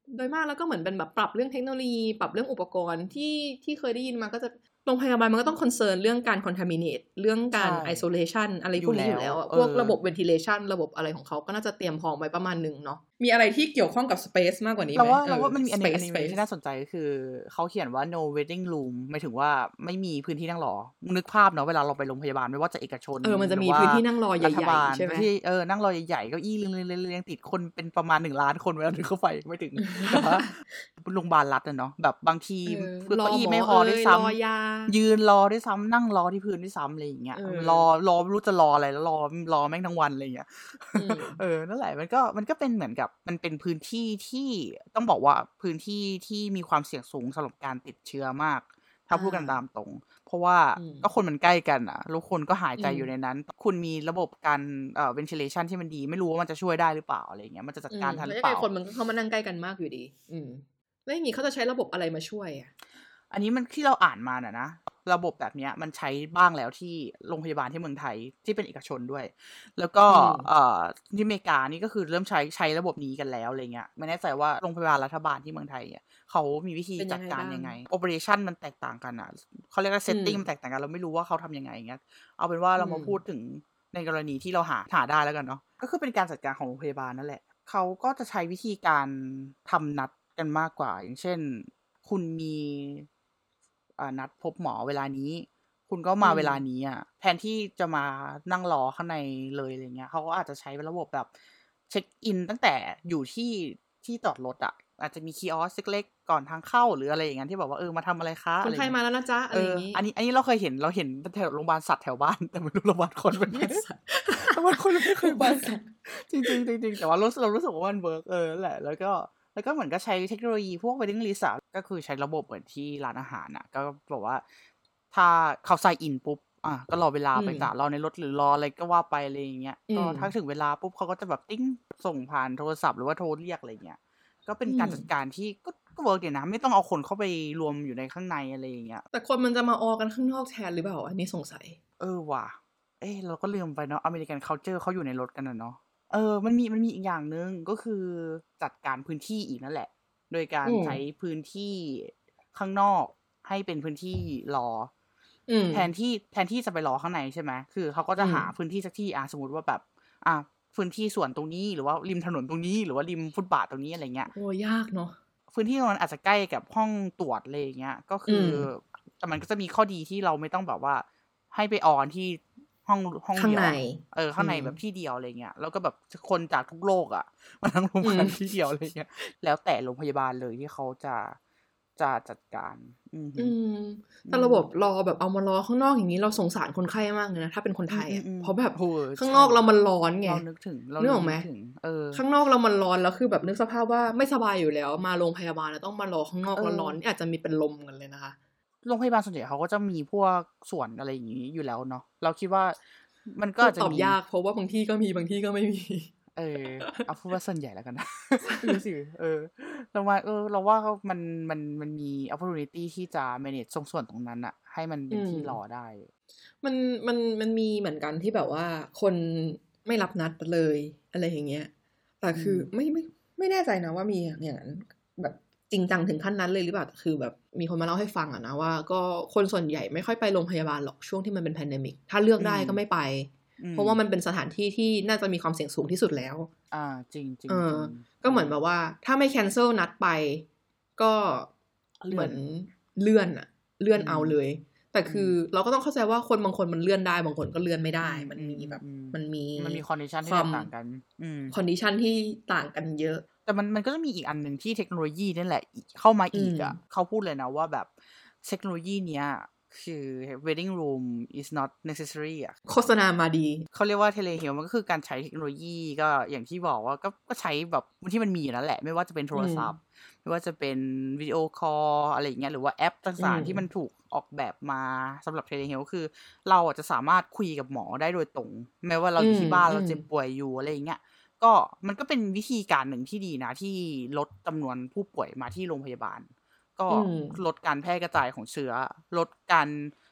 S3: โดยมากแล้วก็เหมือนเป็นแบบปรับเรื่องเทคโนโลยีปรับเรื่องอุปกรณ์ที่เคยได้ยินมาก็จะโรงพยาบาลมันก็ต้องคอนเซิร์นเรื่องการ contaminate เรื่องการ isolation อะไรพวกนี้อยู่แล้วพวกระบบ ventilation ระบบอะไรของเขาก็น่าจะเตรียมพร้อมไว้ประมาณนึงเนาะมีอะไรที่เกี่ยวข้องกับ space มากกว่านี้ไหม
S2: เราว่ามันมีอันนึงที่น่าสนใจก็คือเขาเขียนว่า no waiting room หมายถึงว่าไม่มีพื้นที่นั่งรอนึกภาพเนาะเวลาเราไปโรงพยาบาลไม่ว่าจะเอกชน
S3: มันจะมีพื้นที่นั่งรอใหญ่ๆใช่ไหม
S2: ที่นั่งรอใหญ่ๆเก้าอี้เรียงติดคนเป็นประมาณ1 ล้านคนเวลาถึงเข้าไปไม่ถึงแต่ว่าโรงพยาบาลรัฐเนาะแบบบางทีเก้าอี้ไม่พอด้วยซ้ำยืนรอด้วยซ้ำนั่งรอที่พื้นด้วยซ้ำอะไรอย่างเงี้ยรอไม่รู้จะรออะไรแล้วรอแม่งทั้งวันอะไรอย่างเงี้ยนั่นแหละมันก็เป็นเหมือนกับมันเป็นพื้นที่ที่ต้องบอกว่าพื้นที่ที่มีความเสี่ยงสูงสำหรับการติดเชื้อมากถ้าพูดกันตามตรงเพราะว่าก็คนมันใกล้กันอ่ะทุกคนก็หายใจอยู่ในนั้นคุณมีระบบการventilation ที่มันดีไม่รู้ว่ามันจะช่วยได้หรือเปล่าอะไรอย่างเงี้ยมันจะจัดการทันหรือเปล่า
S3: คนมันก็เข้ามานั่งใกล้กันมากอยู่ดีแล้วอย่างงี้เขาจะใช้ระบบอะไรมาช่วยอ่ะ
S2: อันนี้มันที่เราอ่านมานะระบบแบบนี้มันใช้บ้างแล้วที่โรงพยาบาลที่เมืองไทยที่เป็นเอกชนด้วยแล้วก็ที่อเมริกานี่ก็คือเริ่มใช้ระบบนี้กันแล้วอะไรเงี้ยไม่แน่ใจว่าโรงพยาบาลรัฐบาลที่เมืองไทยเนี่ยเขามีวิธีจัดการยังไง operation มันแตกต่างกันอ่ะเขาเรียกว่า setting มันแตกต่างกันเราไม่รู้ว่าเขาทำยังไงอย่างเงี้ยเอาเป็นว่าเรามาพูดถึงในกรณีที่เราหาได้แล้วกันเนาะก็คือเป็นการจัดการของโรงพยาบาลนั่นแหละเขาก็จะใช้วิธีการทำนัดกันมากกว่าอย่างเช่นคุณมีนัดพบหมอเวลานี้คุณก็มาเวลานี้อ่ะแทนที่จะมานั่งรอข้างในเลยอะไรเงี้ยเขาก็อาจจะใช้เป็นระบบแบบเช็คอินตั้งแต่อยู่ที่จอดรถอ่ะอาจจะมีคีออสเล็กๆก่อนทางเข้าหรืออะไรอย่างเงี้ยที่บอกว่ามาทำอะไรคะ
S3: คนไข้มาแล้วนะจ๊ะอะไรอย่างงี้
S2: อันนี้เราเคยเห็นแถวโรงพยาบาลสัตว์แถวบ้านแต่ไม่รู้โรงพยาบาลคนเป็นไงโรงพยาบาลคนไม่เคยไปจริงๆแต่ว่าเรารู้สึกว่ามันเวิร์กแหละแล้วก็เหมือนก็ใช้เทคโนโลยีพวก waiting list ก็คือใช้ระบบเหมือนที่ร้านอาหารน่ะก็บอกว่าถ้าเขาไซน์อินปุ๊บก็รอเวลาไปต่อรอในรถหรือรออะไรก็ว่าไปอะไรอย่างเงี้ยก็ถ้าถึงเวลาปุ๊บเขาก็จะแบบติ้งส่งผ่านโทรศัพท์หรือว่าโทรเรียกอะไรเงี้ยก็เป็นการจัดการที่ก็เวิร์กดีนะไม่ต้องเอาคนเข้าไปรวมอยู่ในข้างในอะไรอย่างเงี้ย
S3: แต่คนมันจะมาออกันข้างนอกแทนหรือเปล่าอันนี้สงสัย
S2: ว่ะเราก็ลืมไปเนาะอเมริกันคัลเจอร์เขาอยู่ในรถกันเนาะมันมีอีกอย่างนึงก็คือจัดการพื้นที่อีกนั่นแหละโดยการใช้พื้นที่ข้างนอกให้เป็นพื้นที่รอแทนที่จะไปรอข้างในใช่ไหมคือเขาก็จะหาพื้นที่สักที่สมมติว่าแบบพื้นที่ส่วนตรงนี้หรือว่าริมถนนตรงนี้หรือว่าริมฟุตบาทตรงนี้อะไรเงี้ย
S3: โอ้ยากเนาะ
S2: พื้นที่ตรงนั้นอาจจะใกล้กับห้องตรวจอะไรเงี้ยก็คือแต่มันก็จะมีข้อดีที่เราไม่ต้องแบบว่าให้ไปออนที่ห้อง
S3: ข้างใน
S2: ข้างในแบบที่เดียวอะไรเงี้ยแล้วก็แบบคนจากทุกโลกมาทั้งโรงพยาบาลที่เดียวอะไรเงี้ยแล้วแต่โรงพยาบาลเลยที่เขาจะจัดการ
S3: แต่ระบบรอแบบเอามารอข้างนอกอย่างนี้เราสงสารคนไข้มากเลยนะถ้าเป็นคนไทยเพราะแบบข้างนอกเรามันร้อนไง
S2: เรานึกถึง
S3: ไหมข้างนอกเรามันร้อนแล้วคือแบบนึกสภาพว่าไม่สบายอยู่แล้วมาโรงพยาบาลแล้วต้องมารอข้างนอกร้อนๆอาจจะมีเป็นลมกันเลยนะคะ
S2: โรงพยาบาลส่วนใหญ่เขาก็จะมีพวกส่วนอะไรอย่างนี้อยู่แล้วเนาะเราคิดว่ามันก็จะ
S3: ตอบยากเพราะว่าบางที่ก็มีบางที่ก็ไม่มี
S2: เอาพูดว่าส่วนใหญ่แล้วกันนะรู้สิเราว่ามันมี opportunity ที่จะ manage ส่วนตรงนั้นให้มันเป็นที่รอได้
S3: มันมีเหมือนกันที่แบบว่าคนไม่รับนัดเลยอะไรอย่างเงี้ยแต่คือไม่แน่ใจนะว่ามีอย่างนั้นแบบจริงจังถึงขั้นนั้นเลยหรือเปล่าคือแบบมีคนมาเล่าให้ฟังนะว่าก็คนส่วนใหญ่ไม่ค่อยไปโรงพยาบาลหรอกช่วงที่มันเป็นแพนเดมิกถ้าเลือกได้ก็ไม่ไปเพราะว่ามันเป็นสถานที่ที่น่าจะมีความเสี่ยงสูงที่สุดแล้ว
S2: จริง
S3: ก็เหมือนแบบว่าถ้าไม่แคนเซิลนัดไปก็เหมือนเลื่อนเอาเลยแต่คือเราก็ต้องเข้าใจว่าคนบางคนมันเลื่อนได้บางคนก็เลื่อนไม่ได้มันมีแบบมันมี
S2: คอนดิชันที่ต่างกัน
S3: คอนดิชันที่ต่างกันเยอะ
S2: แต่มันก็จะมีอีกอันนึงที่เทคโนโลยีนี่แหละเข้ามาอีกเขาพูดเลยนะว่าแบบเทคโนโลยีเนี้ยคือ waiting room is not necessary
S3: โฆษณามาดี
S2: เขาเรียกว่า telehealth มันก็คือการใช้เทคโนโลยีก็อย่างที่บอกว่าก็ใช้แบบที่มันมีอยู่นั่นแหละไม่ว่าจะเป็นโทรศัพท์ไม่ว่าจะเป็นวิดีโอคอลอะไรอย่างเงี้ยหรือว่าแอปต่างๆที่มันถูกออกแบบมาสำหรับ telehealth คือเราจะสามารถคุยกับหมอได้โดยตรงแม้ว่าเราอยู่ที่บ้านเราเจ็บป่วยอยู่อะไรอย่างเงี้ยก็มันก็เป็นวิธีการหนึ่งที่ดีนะที่ลดจำนวนผู้ป่วยมาที่โรงพยาบาลก็ลดการแพร่กระจายของเชื้อลดการ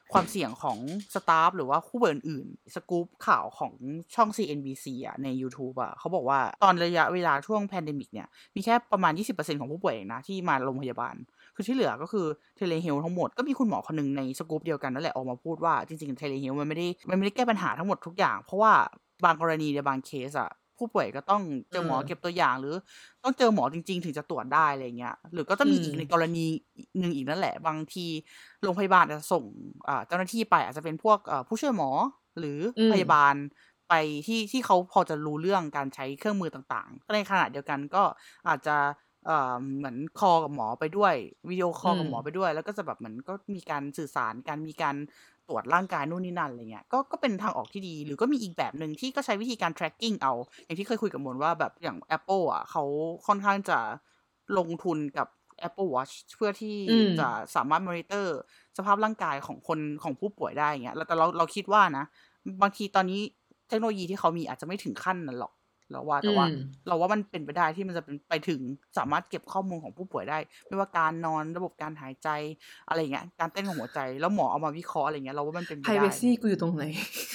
S2: ความเสี่ยงของสตาฟหรือว่าผู้ป่วยอื่นๆสกู๊ปข่าวของช่อง CNBC อ่ะใน YouTube อ่ะเขาบอกว่าตอนระยะเวลาช่วงแพนเดมิกเนี่ยมีแค่ประมาณ 20% ของผู้ป่วยเองนะที่มาโรงพยาบาลคือที่เหลือก็คือเทเลเฮลทั้งหมดก็มีคุณหมอคนนึงในสกู๊ปเดียวกันนั่นแหละออกมาพูดว่าจริงๆเทเลเฮลมันไม่ได้แก้ปัญหาทั้งหมดทุกอย่างเพราะว่าบางกรณีในบางเคสอ่ะผู้ป่วยก็ต้องเจอหมอเก็บตัวอย่างหรือต้องเจอหมอจริงๆถึงจะตรวจได้อะไรเงี้ยหรือก็จะมีอีกในกรณีนึงอีกนั่นแหละบางทีโรงพยาบาลจะส่งเจ้าหน้าที่ไปอาจจะเป็นพวกผู้ช่วยหมอหรือพยาบาลไปที่เขาพอจะรู้เรื่องการใช้เครื่องมือต่างๆในขณะเดียวกันก็อาจจะเหมือนคอลกับหมอไปด้วยวิดีโอคอลกับหมอไปด้วยแล้วก็จะแบบเหมือนก็มีการสื่อสารกันมีการตรวจร่างกายนู่นนี่นั่นอะไรเงี้ยก็เป็นทางออกที่ดีหรือก็มีอีกแบบนึงที่ก็ใช้วิธีการ tracking เอาอย่างที่เคยคุยกับมนว่าแบบอย่าง Apple อ่ะเขาค่อนข้างจะลงทุนกับ Apple Watch เพื่อที่จะสามารถ monitor สภาพร่างกายของคนของผู้ป่วยได้อย่างเงี้ยแต่เราคิดว่านะบางทีตอนนี้เทคโนโลยีที่เขามีอาจจะไม่ถึงขั้นนั้นหรอกแต่ว่าเราว่ามันเป็นไปได้ที่มันจะเป็นไปถึงสามารถเก็บข้อมูลของผู้ป่วยได้ไม่ว่าการนอนระบบการหายใจอะไรเงี้ยการเต้นของหัวใจแล้วหมอเอามาวิเคราะห์อะไรเงี้ยเราว่ามันเป็นไปได้
S3: privacy กูอยู่ตรงไหน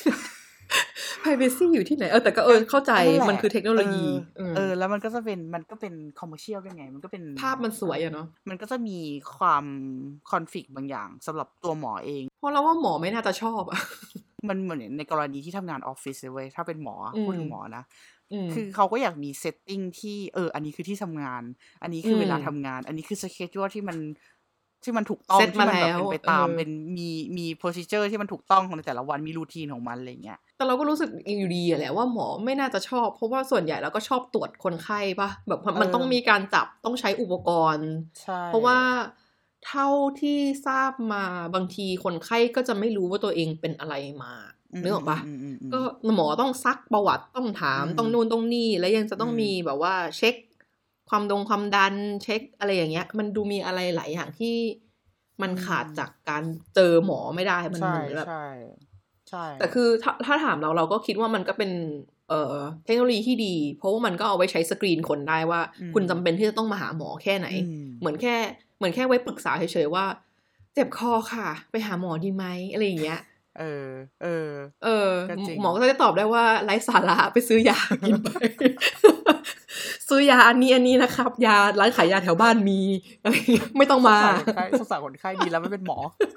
S3: privacy อยู่ที่ไหนแต่ก็เข้าใจมันคือเทคโนโลยี
S2: แล้วมันก็เป็น commercial เป็นไงมันก็เป็น
S3: ภาพมันสวยอะเนาะ
S2: มันก็จะมีความคอนฟลิกต์บางอย่างสำหรับตัวหมอเอง
S3: เพราะเราว่าหมอไม่น่าจะชอบอะ
S2: มันเหมือนในกรณีที่ทำงานออฟฟิศเลยเว้ยถ้าเป็นหมอพูดถึงหมอนะคือเขาก็อยากมีเซตติ้งที่อันนี้คือที่ทำงานอันนี้คือเวลาทำงานอันนี้คือสเกจที่มันถูกต้องที่มันแบบเป็นไปตามเป็นมีโพสิเจอร์ที่มันถูกต้องของแต่ละวันมีรูทีนของมันอะไรเงี้ย
S3: แต่เราก็รู้สึกอยู่ดีแหละว่าหมอไม่น่าจะชอบเพราะว่าส่วนใหญ่เราก็ชอบตรวจคนไข้ป่ะแบบมันต้องมีการจับต้องใช้อุปกรณ์เพราะว่าเท่าที่ทราบมาบางทีคนไข้ก็จะไม่รู้ว่าตัวเองเป็นอะไรมานึกออกปะก็หมอต้องซักประวัติต้องถามต้องนู่นต้องนี่แล้วยังจะต้องมีแบบว่าเช็คความดันเช็คอะไรอย่างเงี้ยมันดูมีอะไรหลายอย่างที่มันขาดจากการเจอหมอไม่ได้มันเหมือนแบบใช่แต่คือถ้าถามเราก็คิดว่ามันก็เป็นเทคโนโลยีที่ดีเพราะว่ามันก็เอาไว้ใช้สกรีนคนได้ว่าคุณจำเป็นที่จะต้องมาหาหมอแค่ไหนเหมือนแค่ไว้ปรึกษาเฉยๆว่าเจ็บคอค่ะไปหาหมอดีไหมอะไรอย่างเงี้ยหมอก็จะตอบได้ว่าไร้สาระไปซื้อยากินไป ซื้อยาอันนี้นะครับยาร้านขายยาแถวบ้านมีอะไรไม่ต้องมา
S2: สงสารคนไข้ดีแล้วไม่เป็นหมอ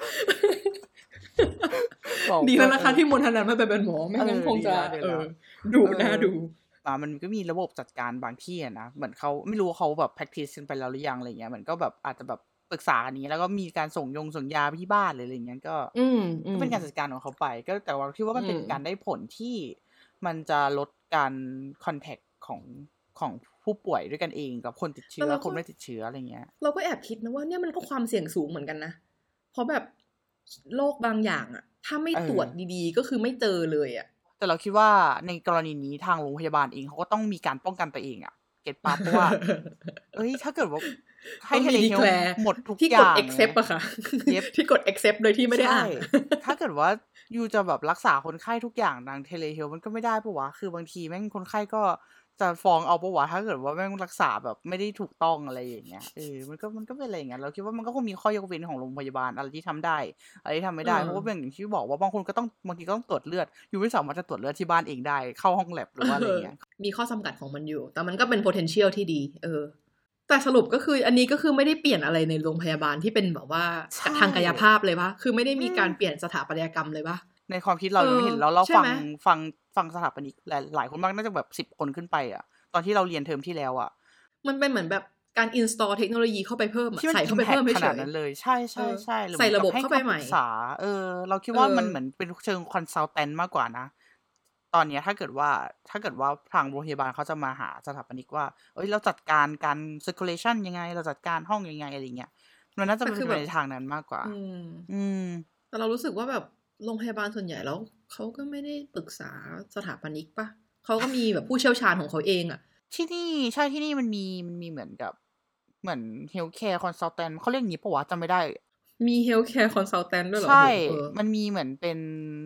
S3: ดีแล้วนะคะที่มนทนันไม่เป็นหมอไม่งั้นคงจะดูน่าดู
S2: มันก็มีระบบจัดการบางที่นะเหมือนเขาไม่รู้เขาแบบ practice กันไปแล้วหรือยังอะไรเงี้ยเหมือนก็แบบอาจจะแบบปรึกษากันนี้แล้วก็มีการส่งยาไปที่บ้านอะไรอย่างเงี้ยก็เป็นการจัดการของเขาไปก็แต่ว่าคิดว่ามันเป็นการได้ผลที่มันจะลดการคอนแทคของผู้ป่วยด้วยกันเองกับคนติดเชื้อคนไม่ติดเชื้ออะไรเงี้ย
S3: เราก็แอบคิดนะว่าเนี่ยมันก็ความเสี่ยงสูงเหมือนกันนะเพราะแบบโรคบางอย่างอะถ้าไม่ตรวจดีๆก็คือไม่เจอเลยอะ
S2: แต่เราคิดว่าในกรณีนี้ทางโรงพยาบาลเองเขาก็ต้องมีการป้องกันตัวเองอะเก็ทป่ะเพราะว่าถ้าเกิดว่า
S3: ให้เทเลเฮล
S2: หมดทุกอย่าง
S3: ที่กด accept อะค่ะที่กด accept โดยที่ไม่ได้อ่าน
S2: ถ้าเกิดว่ายูจะแบบรักษาคนไข้ทุกอย่างทางเทเลเฮลมันก็ไม่ได้ปะวะคือบางทีแม่งคนไข้ก็จะฟ้องเอาปะวะถ้าเกิดว่าแม่งรักษาแบบไม่ได้ถูกต้องอะไรอย่างเงี้ยมันก็เป็นอะไรอย่างเงี้ยเราคิดว่ามันก็คงมีข้อยกเว้นของโรงพยาบาลอะไรที่ทำได้อะไรที่ทำไม่ได้เพราะว่าอย่างที่บอกว่าบางคนก็ต้องบางทีก็ต้องตรวจเลือดยูไม่สามารถจะตรวจเลือดที่บ้านเองได้เข้าห้องแลบหรือว่าอะไรเงี้ย
S3: มีข้อจำกัดของมันอยู่แต่มันก็เป็น potential ที่ดีแต่สรุปก็คืออันนี้ก็คือไม่ได้เปลี่ยนอะไรในโรงพยาบาลที่เป็นแบบว่าทางกายภาพเลยปะคือไม่ได้มีการเปลี่ยนสถาปัตยกรรมเลยปะ
S2: ในความคิดเราไม่เห็นเราฟังสถาปนิกหลายคนมากน่าจะแบบ10 คนขึ้นไปอ่ะตอนที่เราเรียนเทอมที่แล้วอ่ะ
S3: มันเป็นเหมือนแบบการ install เทคโนโลยีเข้าไปเพิ่มใส่เข้าไปเพิ่ม
S2: ขนาดนั้นเลยใช่
S3: ใส่ระบบเข้าไปใหม่
S2: เราคิดว่ามันเหมือนเป็นเชิงคอนซัลแทนต์มากกว่านะตอนนี้ถ้าเกิดว่าทางโรงพยาบาลเขาจะมาหาสถาปนิกว่าเราจัดการการ circulation ยังไงเราจัดการห้องยังไงอะไรเงี้ยมันน่าจะเป็นในทางนั้นมากกว่า
S3: แต่เรารู้สึกว่าแบบโรงพยาบาลส่วนใหญ่แล้วเขาก็ไม่ได้ปรึกษาสถาปนิกปะเขาก็มีแบบผู้เชี่ยวชาญของเขาเองอะ
S2: ที่นี่ใช่ที่นี่มันมีเหมือนกับเหมือน healthcare consultant เขาเรียกอย่างนี้ปะวะจำไม่ได้
S3: มี healthcare consultant ด้วยเหรอ
S2: ใช่มันมีเหมือนเป็น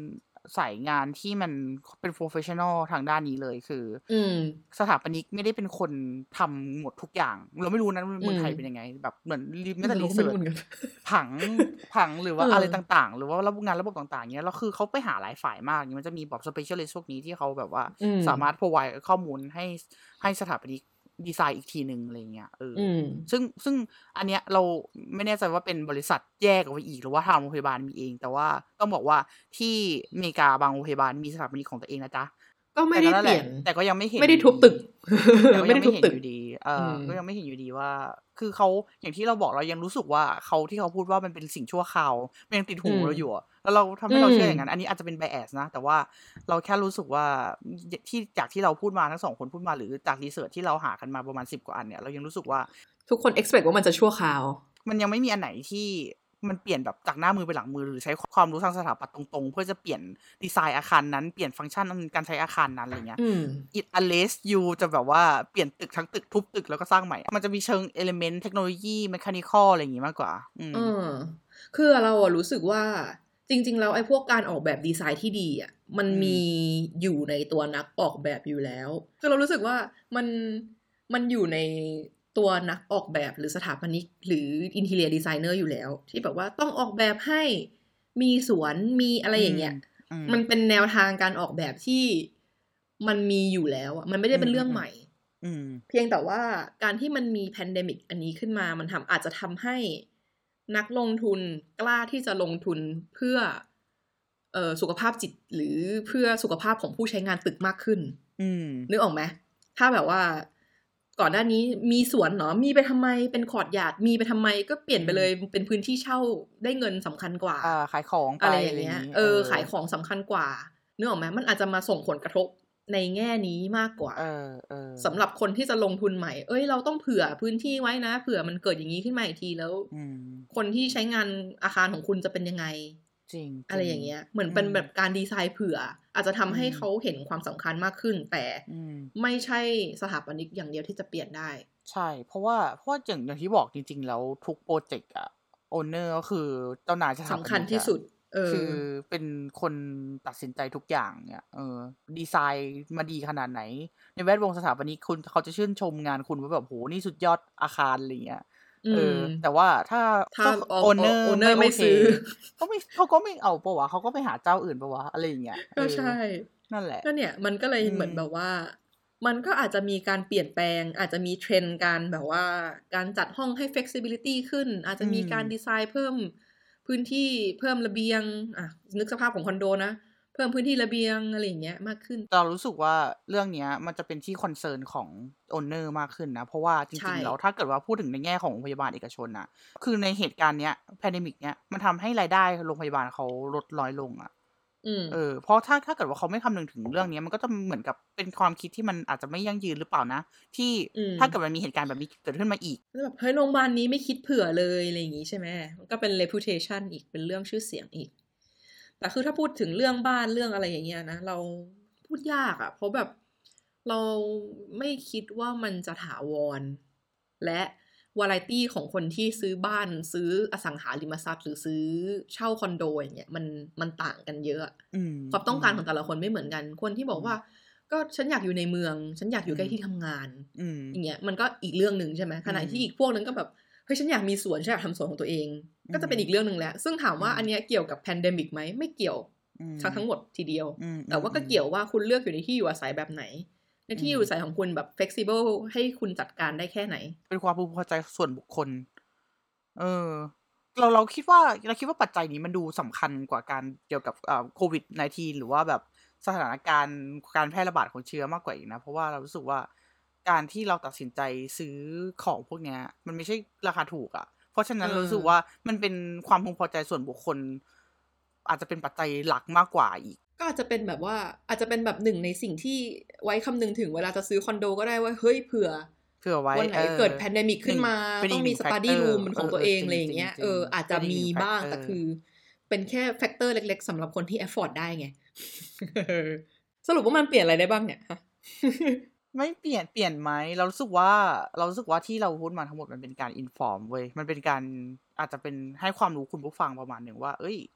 S2: สายงานที่มันเป็นโปรเฟสชันนอลทางด้านนี้เลยคือสถาปนิกไม่ได้เป็นคนทำหมดทุกอย่างเราไม่รู้นะเมืองไทยเป็นยังไงแบบเหมือนไม่แต่รีเสิร์ชผังหรือว่าอะไรต่างๆหรือว่าระบบงานระบบต่างๆเงี้ยแล้วคือเขาไปหาหลายฝ่ายมากมันจะมีแบบสเปเชียลิสต์พวกนี้ที่เขาแบบว่าสามารถ provide ข้อมูลให้สถาปนิกดีไซน์อีกทีนึงอะไรเงี้ยซึ่งอันเนี้ยเราไม่แน่ใจว่าเป็นบริษัทแยกออกไปอีกหรือว่าทางโรงพยาบาลมีเองแต่ว่าต้องบอกว่าที่อเมริกาบางโรงพยาบาลมีสถาปนิกของตัวเองนะจ๊ะ
S3: ก็ไม่ได้เปลี่ยน
S2: แต่ก็ยังไม่เห็น
S3: ไม่ได้ทุบตึก
S2: ไม่ได้ทุบตึกอยู่ดีก็ยังไม่เห็นอยู่ดีว่าคือเขาอย่างที่เราบอกเรายังรู้สึกว่าเขาที่เขาพูดว่ามันเป็นสิ่งชั่วคราวมันยังติดหูเราอยู่แล้วเราทำให้เราเชื่ออย่างนั้นอันนี้อาจจะเป็น bias นะแต่ว่าเราแค่รู้สึกว่าที่จากที่เราพูดมาทั้งสองคนพูดมาหรือจากรีเสิร์ชที่เราหากันมาประมาณ10 กว่าอันเนี่ยเรายังรู้สึกว่า
S3: ทุกคน expect ว่ามันจะชั่วคราว
S2: มันยังไม่มีอันไหนที่มันเปลี่ยนแบบจากหน้ามือไปหลังมือหรือใช้ความรู้ทางสถาปัตย์ตรงๆเพื่อจะเปลี่ยนดีไซน์อาคารนั้นเปลี่ยนฟังก์ชันการใช้อาคารนั้นอะไรเงี้ยit unless you จะแบบว่าเปลี่ยนตึกทั้งตึกทุบตึกแล้วก็สร้างใหม่มันจะมีเชิง element เทคโนโลยี mechanical อะไรอย่างงี้มากกว่า
S3: คือเรารู้สึกว่าจริงๆแล้วไอ้พวกการออกแบบดีไซน์ที่ดีอ่ะมันมีอยู่ในตัวนักออกแบบอยู่แล้วคือเรารู้สึกว่ามันอยู่ในตัวนักออกแบบหรือสถาปนิกหรืออินทีเรียดีไซเนอร์อยู่แล้วที่แบบว่าต้องออกแบบให้มีสวนมีอะไรอย่างเงี้ยมันเป็นแนวทางการออกแบบที่มันมีอยู่แล้วมันไม่ได้เป็นเรื่องใหม่เพียงแต่ว่าการที่มันมีแพนเดมิกอันนี้ขึ้นมามันอาจจะทำให้นักลงทุนกล้าที่จะลงทุนเพื่อสุขภาพจิตหรือเพื่อสุขภาพของผู้ใช้งานตึกมากขึ้นนึกออกไหมถ้าแบบว่าก่อนหน้านี้มีสวนเนาะมีไปทำไมเป็นคอร์ตยาร์ดมีไปทำไมก็เปลี่ยนไปเลยเป็นพื้นที่เช่าได้เงินสำคัญกว่า
S2: ขายของ
S3: อะไรอย่างเงี้ยขายของสำคัญกว่านึกออกไหมมันอาจจะมาส่งผลกระทบในแง่นี้มากกว่าสำหรับคนที่จะลงทุนใหม่เราต้องเผื่อพื้นที่ไว้นะเผื่อมันเกิดอย่างนี้ขึ้นมาอีกทีแล้วคนที่ใช้งานอาคารของคุณจะเป็นยังไง
S2: จริง
S3: อะไรอย่างเงี้ยเหมือนเป็นแบบการดีไซน์เผื่ออาจจะทำให้เขาเห็นความสำคัญมากขึ้นแต่ไม่ใช่สถาปนิกอย่างเดียวที่จะเปลี่ยนได้
S2: ใช่เพราะว่าอย่างที่บอกจริงๆแล้วทุกโปรเจกต์อะโอนเนอร์ก็คือเจ้านายสถาปนิก
S3: สำคัญที่สุด
S2: คือเป็นคนตัดสินใจทุกอย่างเนี่ยดีไซน์มาดีขนาดไหนในแวดวงสถาปนิกคุณเขาจะชื่นชมงานคุณว่าแบบโหนี่สุดยอดอาคารอะไรเงี้ยแต่ว่าถ้าโอนเนอร์ไม่ซื้อเขาก็ไม่เอาปะวะเขาก็ไปหาเจ้าอื่นปะวะอะไรอย่างเงี้ย
S3: ก็ใช่
S2: นั่นแหละ
S3: ก็เนี่ยมันก็เลยเหมือนแบบว่ามันก็อาจจะมีการเปลี่ยนแปลงอาจจะมีเทรนด์การแบบว่าการจัดห้องให้ flexibility ขึ้นอาจจะมีการดีไซน์เพิ่มพื้นที่เพิ่มระเบียงนึกสภาพของคอนโดนะเพิ่มพื้นที่ระเบียงอะไรอย่างเงี้ยมากขึ้น
S2: เรารู้สึกว่าเรื่องนี้มันจะเป็นที่คอนเซิร์นของโอนเนอร์มากขึ้นนะเพราะว่าจริงๆแล้วถ้าเกิดว่าพูดถึงในแง่ของโรงพยาบาลเอกชนนะคือในเหตุการณ์เนี้ยแพนเดมิกเนี้ยมันทำให้รายได้โรงพยาบาลเขาลดน้อยลงเพราะถ้าเกิดว่าเขาไม่คำนึงถึงเรื่องนี้มันก็จะเหมือนกับเป็นความคิดที่มันอาจจะไม่ยั่งยืนหรือเปล่านะที่ถ้าเกิดมันมีเหตุการณ์แบบนี้เกิดขึ้นมาอีก
S3: แบบเฮ้ยโรงพยาบาลนี้ไม่คิดเผื่อเลยอะไรอย่างงี้ใช่ไหมมันก็เป็น reputation อีกเป็นเรื่องชื่อเสียงอีกแต่คือถ้าพูดถึงเรื่องบ้านเรื่องอะไรอย่างเงี้ยนะเราพูดยากอ่ะเพราะแบบเราไม่คิดว่ามันจะถาวรและวาไรตี้ของคนที่ซื้อบ้านซื้ออสังหาริมทรัพย์หรือซื้อเช่าคอนโดอย่างเงี้ยมันต่างกันเยอะความต้องการของแต่ละคนไม่เหมือนกันคนที่บอกว่าก็ฉันอยากอยู่ในเมืองฉันอยากอยู่ใกล้ที่ทำงานอย่างเงี้ยมันก็อีกเรื่องนึงใช่ไหมขณะที่อีกพวกนึงก็แบบเฮ้ยฉันอยากมีสวนฉันอยากทำสวนของตัวเองก็จะเป็นอีกเรื่องนึงแล้วซึ่งถามว่าอันเนี้ยเกี่ยวกับแพนเดมิกไหมไม่เกี่ยวทั้งหมดทีเดียวแต่ว่าก็เกี่ยวว่าคุณเลือกอยู่ในที่อยู่อาศัยแบบไหนในที่อยู่อาศัยของคุณแบบ flexible ให้คุณจัดการได้แค่ไหน
S2: เป็นความพึงพอใจส่วนบุคคลเราคิดว่าปัจจัยนี้มันดูสำคัญกว่าการเกี่ยวกับโควิด-19 หรือว่าแบบสถานการณ์การแพร่ระบาดของเชื้อมากกว่าอีกนะเพราะว่าเรารู้สึกว่าการที่เราตัดสินใจซื้อของพวกนี้มันไม่ใช่ราคาถูกอ่ะเพราะฉะนั้นรู้สึกว่ามันเป็นความพึงพอใจส่วนบุคคลอาจจะเป็นปัจจัยหลักมากกว่าอีก
S3: ก็อาจจะเป็นแบบว่าอาจจะเป็นแบบหนึ่งในสิ่งที่ไว้คำนึงถึงเวลาจะซื้อคอนโดก็ได้ว่าเฮ้ยเผื่อ
S2: ไว้
S3: วันไหนเกิดแพนเดมิกขึ้นมาต้องมีสตาร์ดี้รูมเป็นของตัวเองอะไรอย่างเงี้ยอาจจะมีบ้างแต่คือเป็นแค่แฟกเตอร์เล็กๆสำหรับคนที่แอฟฟอร์ดได้ไงสรุปว่ามันเปลี่ยนอะไรได้บ้างเนี่ย
S2: ไม่เปลี่ยนไหมเรารู้สึกว่าที่เราพูดมาทั้งหมดมันเป็นการอินฟอร์มเว้ยมันเป็นการอาจจะเป็นให้ความรู้คุณผู้ฟังประมาณหนึ่งว่า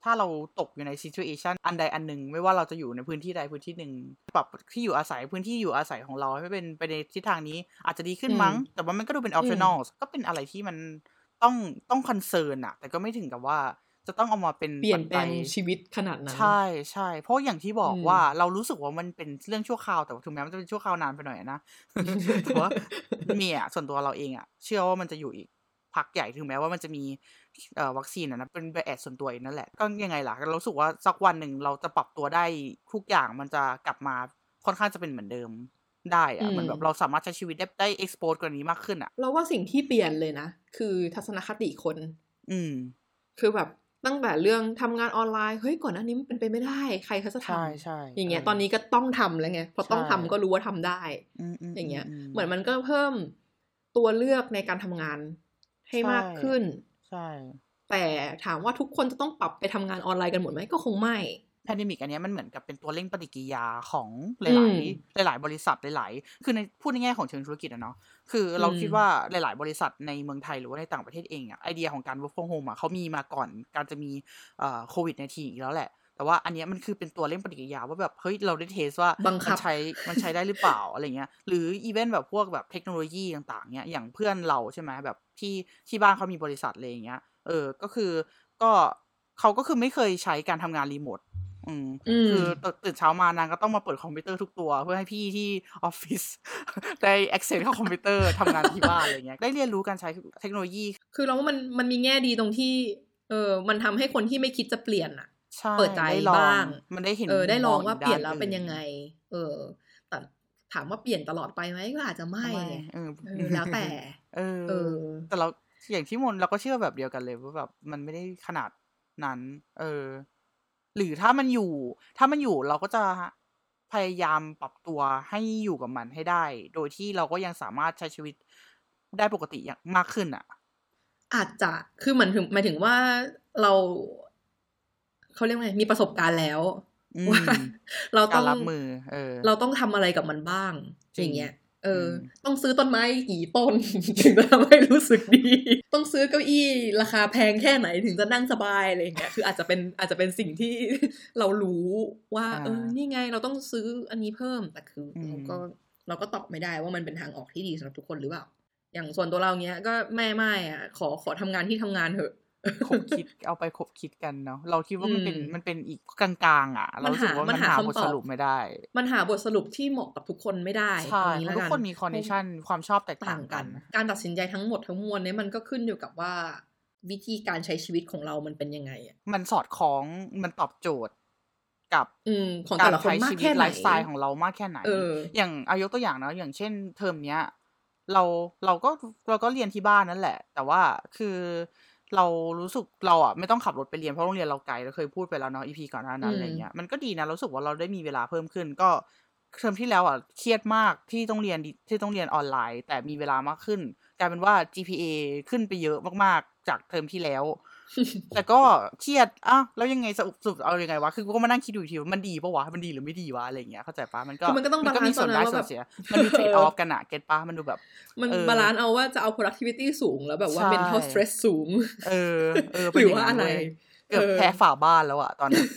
S2: ถ้าเราตกอยู่ใน situation อันใดอันหนึ่งไม่ว่าเราจะอยู่ในพื้นที่ใดพื้นที่หนึ่งปรับที่อยู่อาศัยพื้นที่อยู่อาศัยของเราให้เป็นไปในทิศทางนี้อาจจะดีขึ้นมั้งแต่ว่ามันก็ดูเป็น optional ก็เป็นอะไรที่มันต้องคอนเซิร์นอะแต่ก็ไม่ถึงกับว่าจะต้องเอามาเป็น
S3: เปลี่ยนแปลงชีวิตขนาดนั้น
S2: ใช่ๆเพราะอย่างที่บอกว่าเรารู้สึกว่ามันเป็นเรื่องชั่วคราวแต่ถึงแม้มันจะเป็นชั่วคราวนานไปหน่อยนะ แต่ว่าเนี่ยส่วนตัวเราเองอะเชื่อว่ามันจะอยู่อีกพักใหญ่ถึงแม้ว่ามันจะมีวัคซีนนะเป็นไบแอสส่วนตัวเองนั่นแหละก็ยังไงล่ะเรารู้สึกว่าสักวันหนึ่งเราจะปรับตัวได้ทุกอย่างมันจะกลับมาค่อนข้างจะเป็นเหมือนเดิมได้อะมันแบบเราสามารถใช้ชีวิตได้ expose กว่านี้มากขึ้นอะ
S3: เราว่าสิ่งที่เปลี่ยนเลยนะคือทัศนคติคนคือแบบตั้งแต่เรื่องทำงานออนไลน์เฮ้ยก่อนหน้านี้มันเป็นไปไม่ได้ใครเขาจะทำอย่างเงี้ยตอนนี้ก็ต้องทำแล้วไงพอต้องทำก็รู้ว่าทำได้อย่างเงี้ยเหมือนมันก็เพิ่มตัวเลือกในการทำงานให้มากขึ้น
S2: ใช่
S3: แต่ถามว่าทุกคนจะต้องปรับไปทำงานออนไลน์กันหมดไหมก็คงไม่
S2: แพนเดมิกอันนี้มันเหมือนกับเป็นตัวเร่งปฏิกิริยาของหลายบริษัทหลายคือในพูดในแง่ของเชิงธุรกิจอะเนาะคือเราคิดว่าหลายๆบริษัทในเมืองไทยหรือว่าในต่างประเทศเองอะไอเดียของการ work from home อะเขามีมาก่อนการจะมีโควิด-19 อีกแล้วแหละแต่ว่าอันนี้มันคือเป็นตัวเร่งปฏิกิริยาว่าแบบเฮ้ยเราได้เทสว่ามันใช้ได้หรือเปล่าอะไรเงี้ยหรืออีเวนต์แบบพวกแบบเทคโนโลยีต่างๆเนี้ยอย่างเพื่อนเราใช่ไหมแบบที่บ้านเขามีบริษัทอะไรอย่างเงี้ยก็คือก็เขาก็คือไม่เคยใช้การทำงานรีโมทคือตื่นเช้ามานางก็ต้องมาเปิดคอมพิวเตอร์ทุกตัวเพื่อให้พี่ที่ออฟฟิศได้ access เข้าคอมพิวเตอร์ทำงานที่บ้านอะไรเงี้ยได้เรียนรู้การใช้เทคโนโลยี
S3: คือเราว่ามันมีแง่ดีตรงที่มันทำให้คนที่ไม่คิดจะเปลี่ยนอ่ะเปิดใจบ้าง
S2: มันได้เห็น
S3: ได้ลองว่าเปลี่ยนแล้วเป็นยังไงแต่ถามว่าเปลี่ยนตลอดไปไหมก็อาจจะไม่แล้วแต่
S2: แต่เราอย่างที่มนเราก็เชื่อแบบเดียวกันเลยว่าแบบมันไม่ได้ขนาดนั้นหรือถ้ามันอยู่เราก็จะพยายามปรับตัวให้อยู่กับมันให้ได้โดยที่เราก็ยังสามารถใช้ชีวิตได้ปกติอย่างมากขึ้นอ่ะ
S3: อาจจะคือหมายถึงว่าเราเขาเรียกว่าไงมีประสบการณ์แล้วว่าเราต้อง
S2: รับมือ
S3: เราต้องทำอะไรกับมันบ้างอย่างเงี้ยต้องซื้อต้นไม้กี่ต้นถึงจะทำให้รู้สึกดีต้องซื้อเก้าอี้ราคาแพงแค่ไหนถึงจะนั่งสบายอะไรอย่างเงี้ยคืออาจจะเป็นสิ่งที่เรารู้ว่านี่ไงเราต้องซื้ออันนี้เพิ่มแต่คือเราก็ตอบไม่ได้ว่ามันเป็นทางออกที่ดีสำหรับทุกคนหรือเปล่าอย่างส่วนตัวเราเนี้ยก็ไม่อ่ะขอทำงานที่ทำงานเถอะ
S2: คบคิดเอาไปคบคิดกันเนาะเราคิดว่ามันเป็นอีกกลางๆอ่ะเรารู้สึกว่ามันหาบทสรุปไม่ได้
S3: มันหาบทสรุปที่เหมาะกับทุกคนไม่ได้
S2: ใช่ทุกคนมีคอนดิชันความชอบแตกต่างกัน
S3: การตัดสินใจทั้งหมดทั้งมวลนี้มันก็ขึ้นอยู่กับว่าวิธีการใช้ชีวิตของเรามันเป็นยังไงอ่ะ
S2: มันสอดคล้องมันตอบโจทย์กับ
S3: ของแต่ละคนมากแค่ไหน
S2: ไลฟ์สไตล์ของเรามากแค่ไหนอย่างยกตัวอย่างนะอย่างเช่นเทอมเนี้ยเราก็เรียนที่บ้านนั่นแหละแต่ว่าคือเรารู้สึกเราอ่ะไม่ต้องขับรถไปเรียนเพราะโรงเรียนเราไกลเราเคยพูดไปแล้วเนาะ EP ก่อนหน้านั้นอะไรเงี้ยมันก็ดีนะรู้สึกว่าเราได้มีเวลาเพิ่มขึ้นก็เทอมที่แล้วอ่ะเครียดมากที่ต้องเรียนออนไลน์แต่มีเวลามากขึ้นกลายเป็นว่า GPA ขึ้นไปเยอะมากๆจากเทอมที่แล้วแต่ก็เครียดแล้วยังไงสรุปเอายังไงวะคือกูก็มานั่งคิดดูทีว่ามันดีป่ะวะมันดีหรือไม่ดีวะอะไรเงี้ยเข้าใจปะมันก็มีส่วนได้ส่วนเสียมันมีเทรดออฟกันอะเก็ทปะมันดูแบบ
S3: มันบาลานซ์เอาว่าจะเอา productivity สูงแล้วแบบว่า mental stress สูงหรือว่าอะไร
S2: เกือบแพ้ฝาบ้านแล้วอะตอนนี้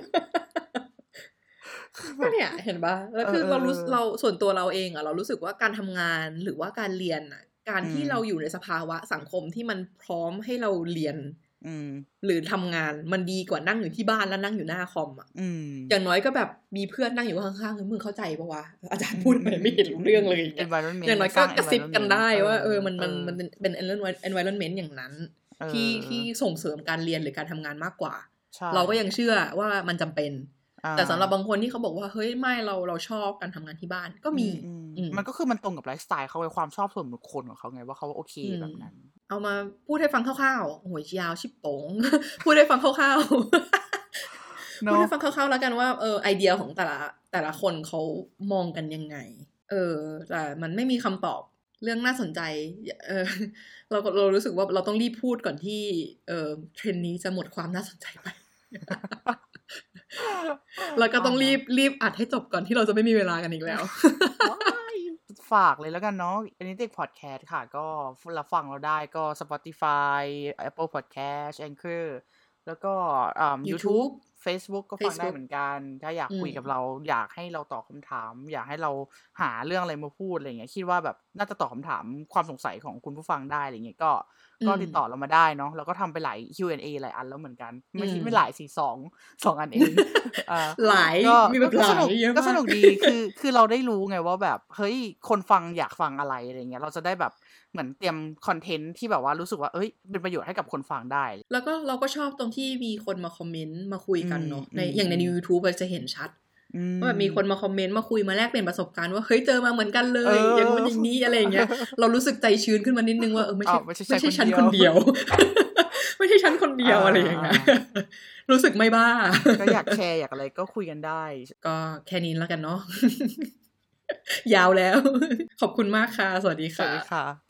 S3: เนี่ยเห็นปะแล้วคือเราส่วนตัวเราเองอะเรารู้สึกว่าการทำงานหรือว่าการเรียนอะการที่เราอยู่ในสภาวะสังคมที่มันพร้อมให้เราเรียนหรือทำงานมันดีกว่านั่งอยู่ที่บ้านแล้วนั่งอยู่หน้าคอมอย่างน้อยก็แบบมีเพื่อนนั่งอยู่ข้างๆมึงเข้าใจปะวะอาจารย์พูดไปไม่เห็นรู้เรื่องเลยอย่างน้อยก็กระซิบกันได้ว่ามันเป็น environment อย่างนั้นที่ส่งเสริมการเรียนหรือการทำงานมากกว่าเราก็ยังเชื่อว่ามันจำเป็นแต่สำหรับบางคนที่เขาบอกว่าเฮ้ยไม่เราชอบการทำงานที่บ้านก็มี
S2: มันก็คือมันตรงกับไลฟ์สไตล์เขาความชอบส่วนบุคคลของเขาไงว่าเขาโอเคแบบนั้น
S3: เอามาพูดให้ฟังคร่าวๆโหยยาวชิบโป๋ง พูดให้ฟังคร่าวๆ พูดให้ฟังคร่าวๆแล้วกันว่าไอเดียของแต่ละคนเขามองกันยังไงแต่มันไม่มีคำตอบเรื่องน่าสนใจเรารู้สึกว่าเราต้องรีบพูดก่อนที่เทรนด์นี้จะหมดความน่าสนใจไป แล้วก็ต้องรีบอัดให้จบก่อนที่เราจะไม่มีเวลากันอีกแล้ว
S2: ฝากเลยแล้วกันเนาะอันนี้เด็กพอดแคสต์ค่ะก็รับฟังเราได้ก็ Spotify Apple Podcast Anchor แล้วก็YouTube Facebook ก็ฟังได้เหมือนกันถ้าอยากคุยกับเราอยากให้เราตอบคำถามอยากให้เราหาเรื่องอะไรมาพูดอะไรเงี้ยคิดว่าแบบน่าจะตอบคำถามความสงสัยของคุณผู้ฟังได้อะไรเงี้ยก็ติดต่อเรามาได้เนาะเราก็ทำไปหลาย Q&A หลายอันแล้วเหมือนกันไม่หลายสิ2อันเอง
S3: หลายมีแบบหลายเยอะมาก
S2: ก็สนุกดีคือเราได้รู้ไงว่าแบบเฮ้ยคนฟังอยากฟังอะไรอะไรเงี้ยเราจะได้แบบเหมือนเตรียมคอนเทนต์ที่แบบว่ารู้สึกว่าเอ้ยเป็นประโยชน์ให้กับคนฟังได้
S3: แล้วก็เราก็ชอบตรงที่มีคนมาคอมเมนต์มาคุยกันเนาะในอย่างใน YouTube จะเห็นชัดว่าแบบมีคนมาคอมเมนต์มาคุยมาแลกเปลี่ยนประสบการณ์ว่าเฮ้ยเจอมาเหมือนกันเลยอย่างนู้นอย่างนี้อะไรอย่างเงี้ยเรารู้สึกใจชื้นขึ้นมานิดนึงว่าไม่ใช่ฉันคนเดียว ไม่ใช่ฉันคนเดียวอะไรอย่างเงี้ยรู้สึกไม่บ้า
S2: ก็อยากแชร์อยากอะไรก็คุยกันได้
S3: ก็แค่นี้แล้วกันเนาะยาวแล้วขอบคุณมากค่ะสวัสดีค่ะ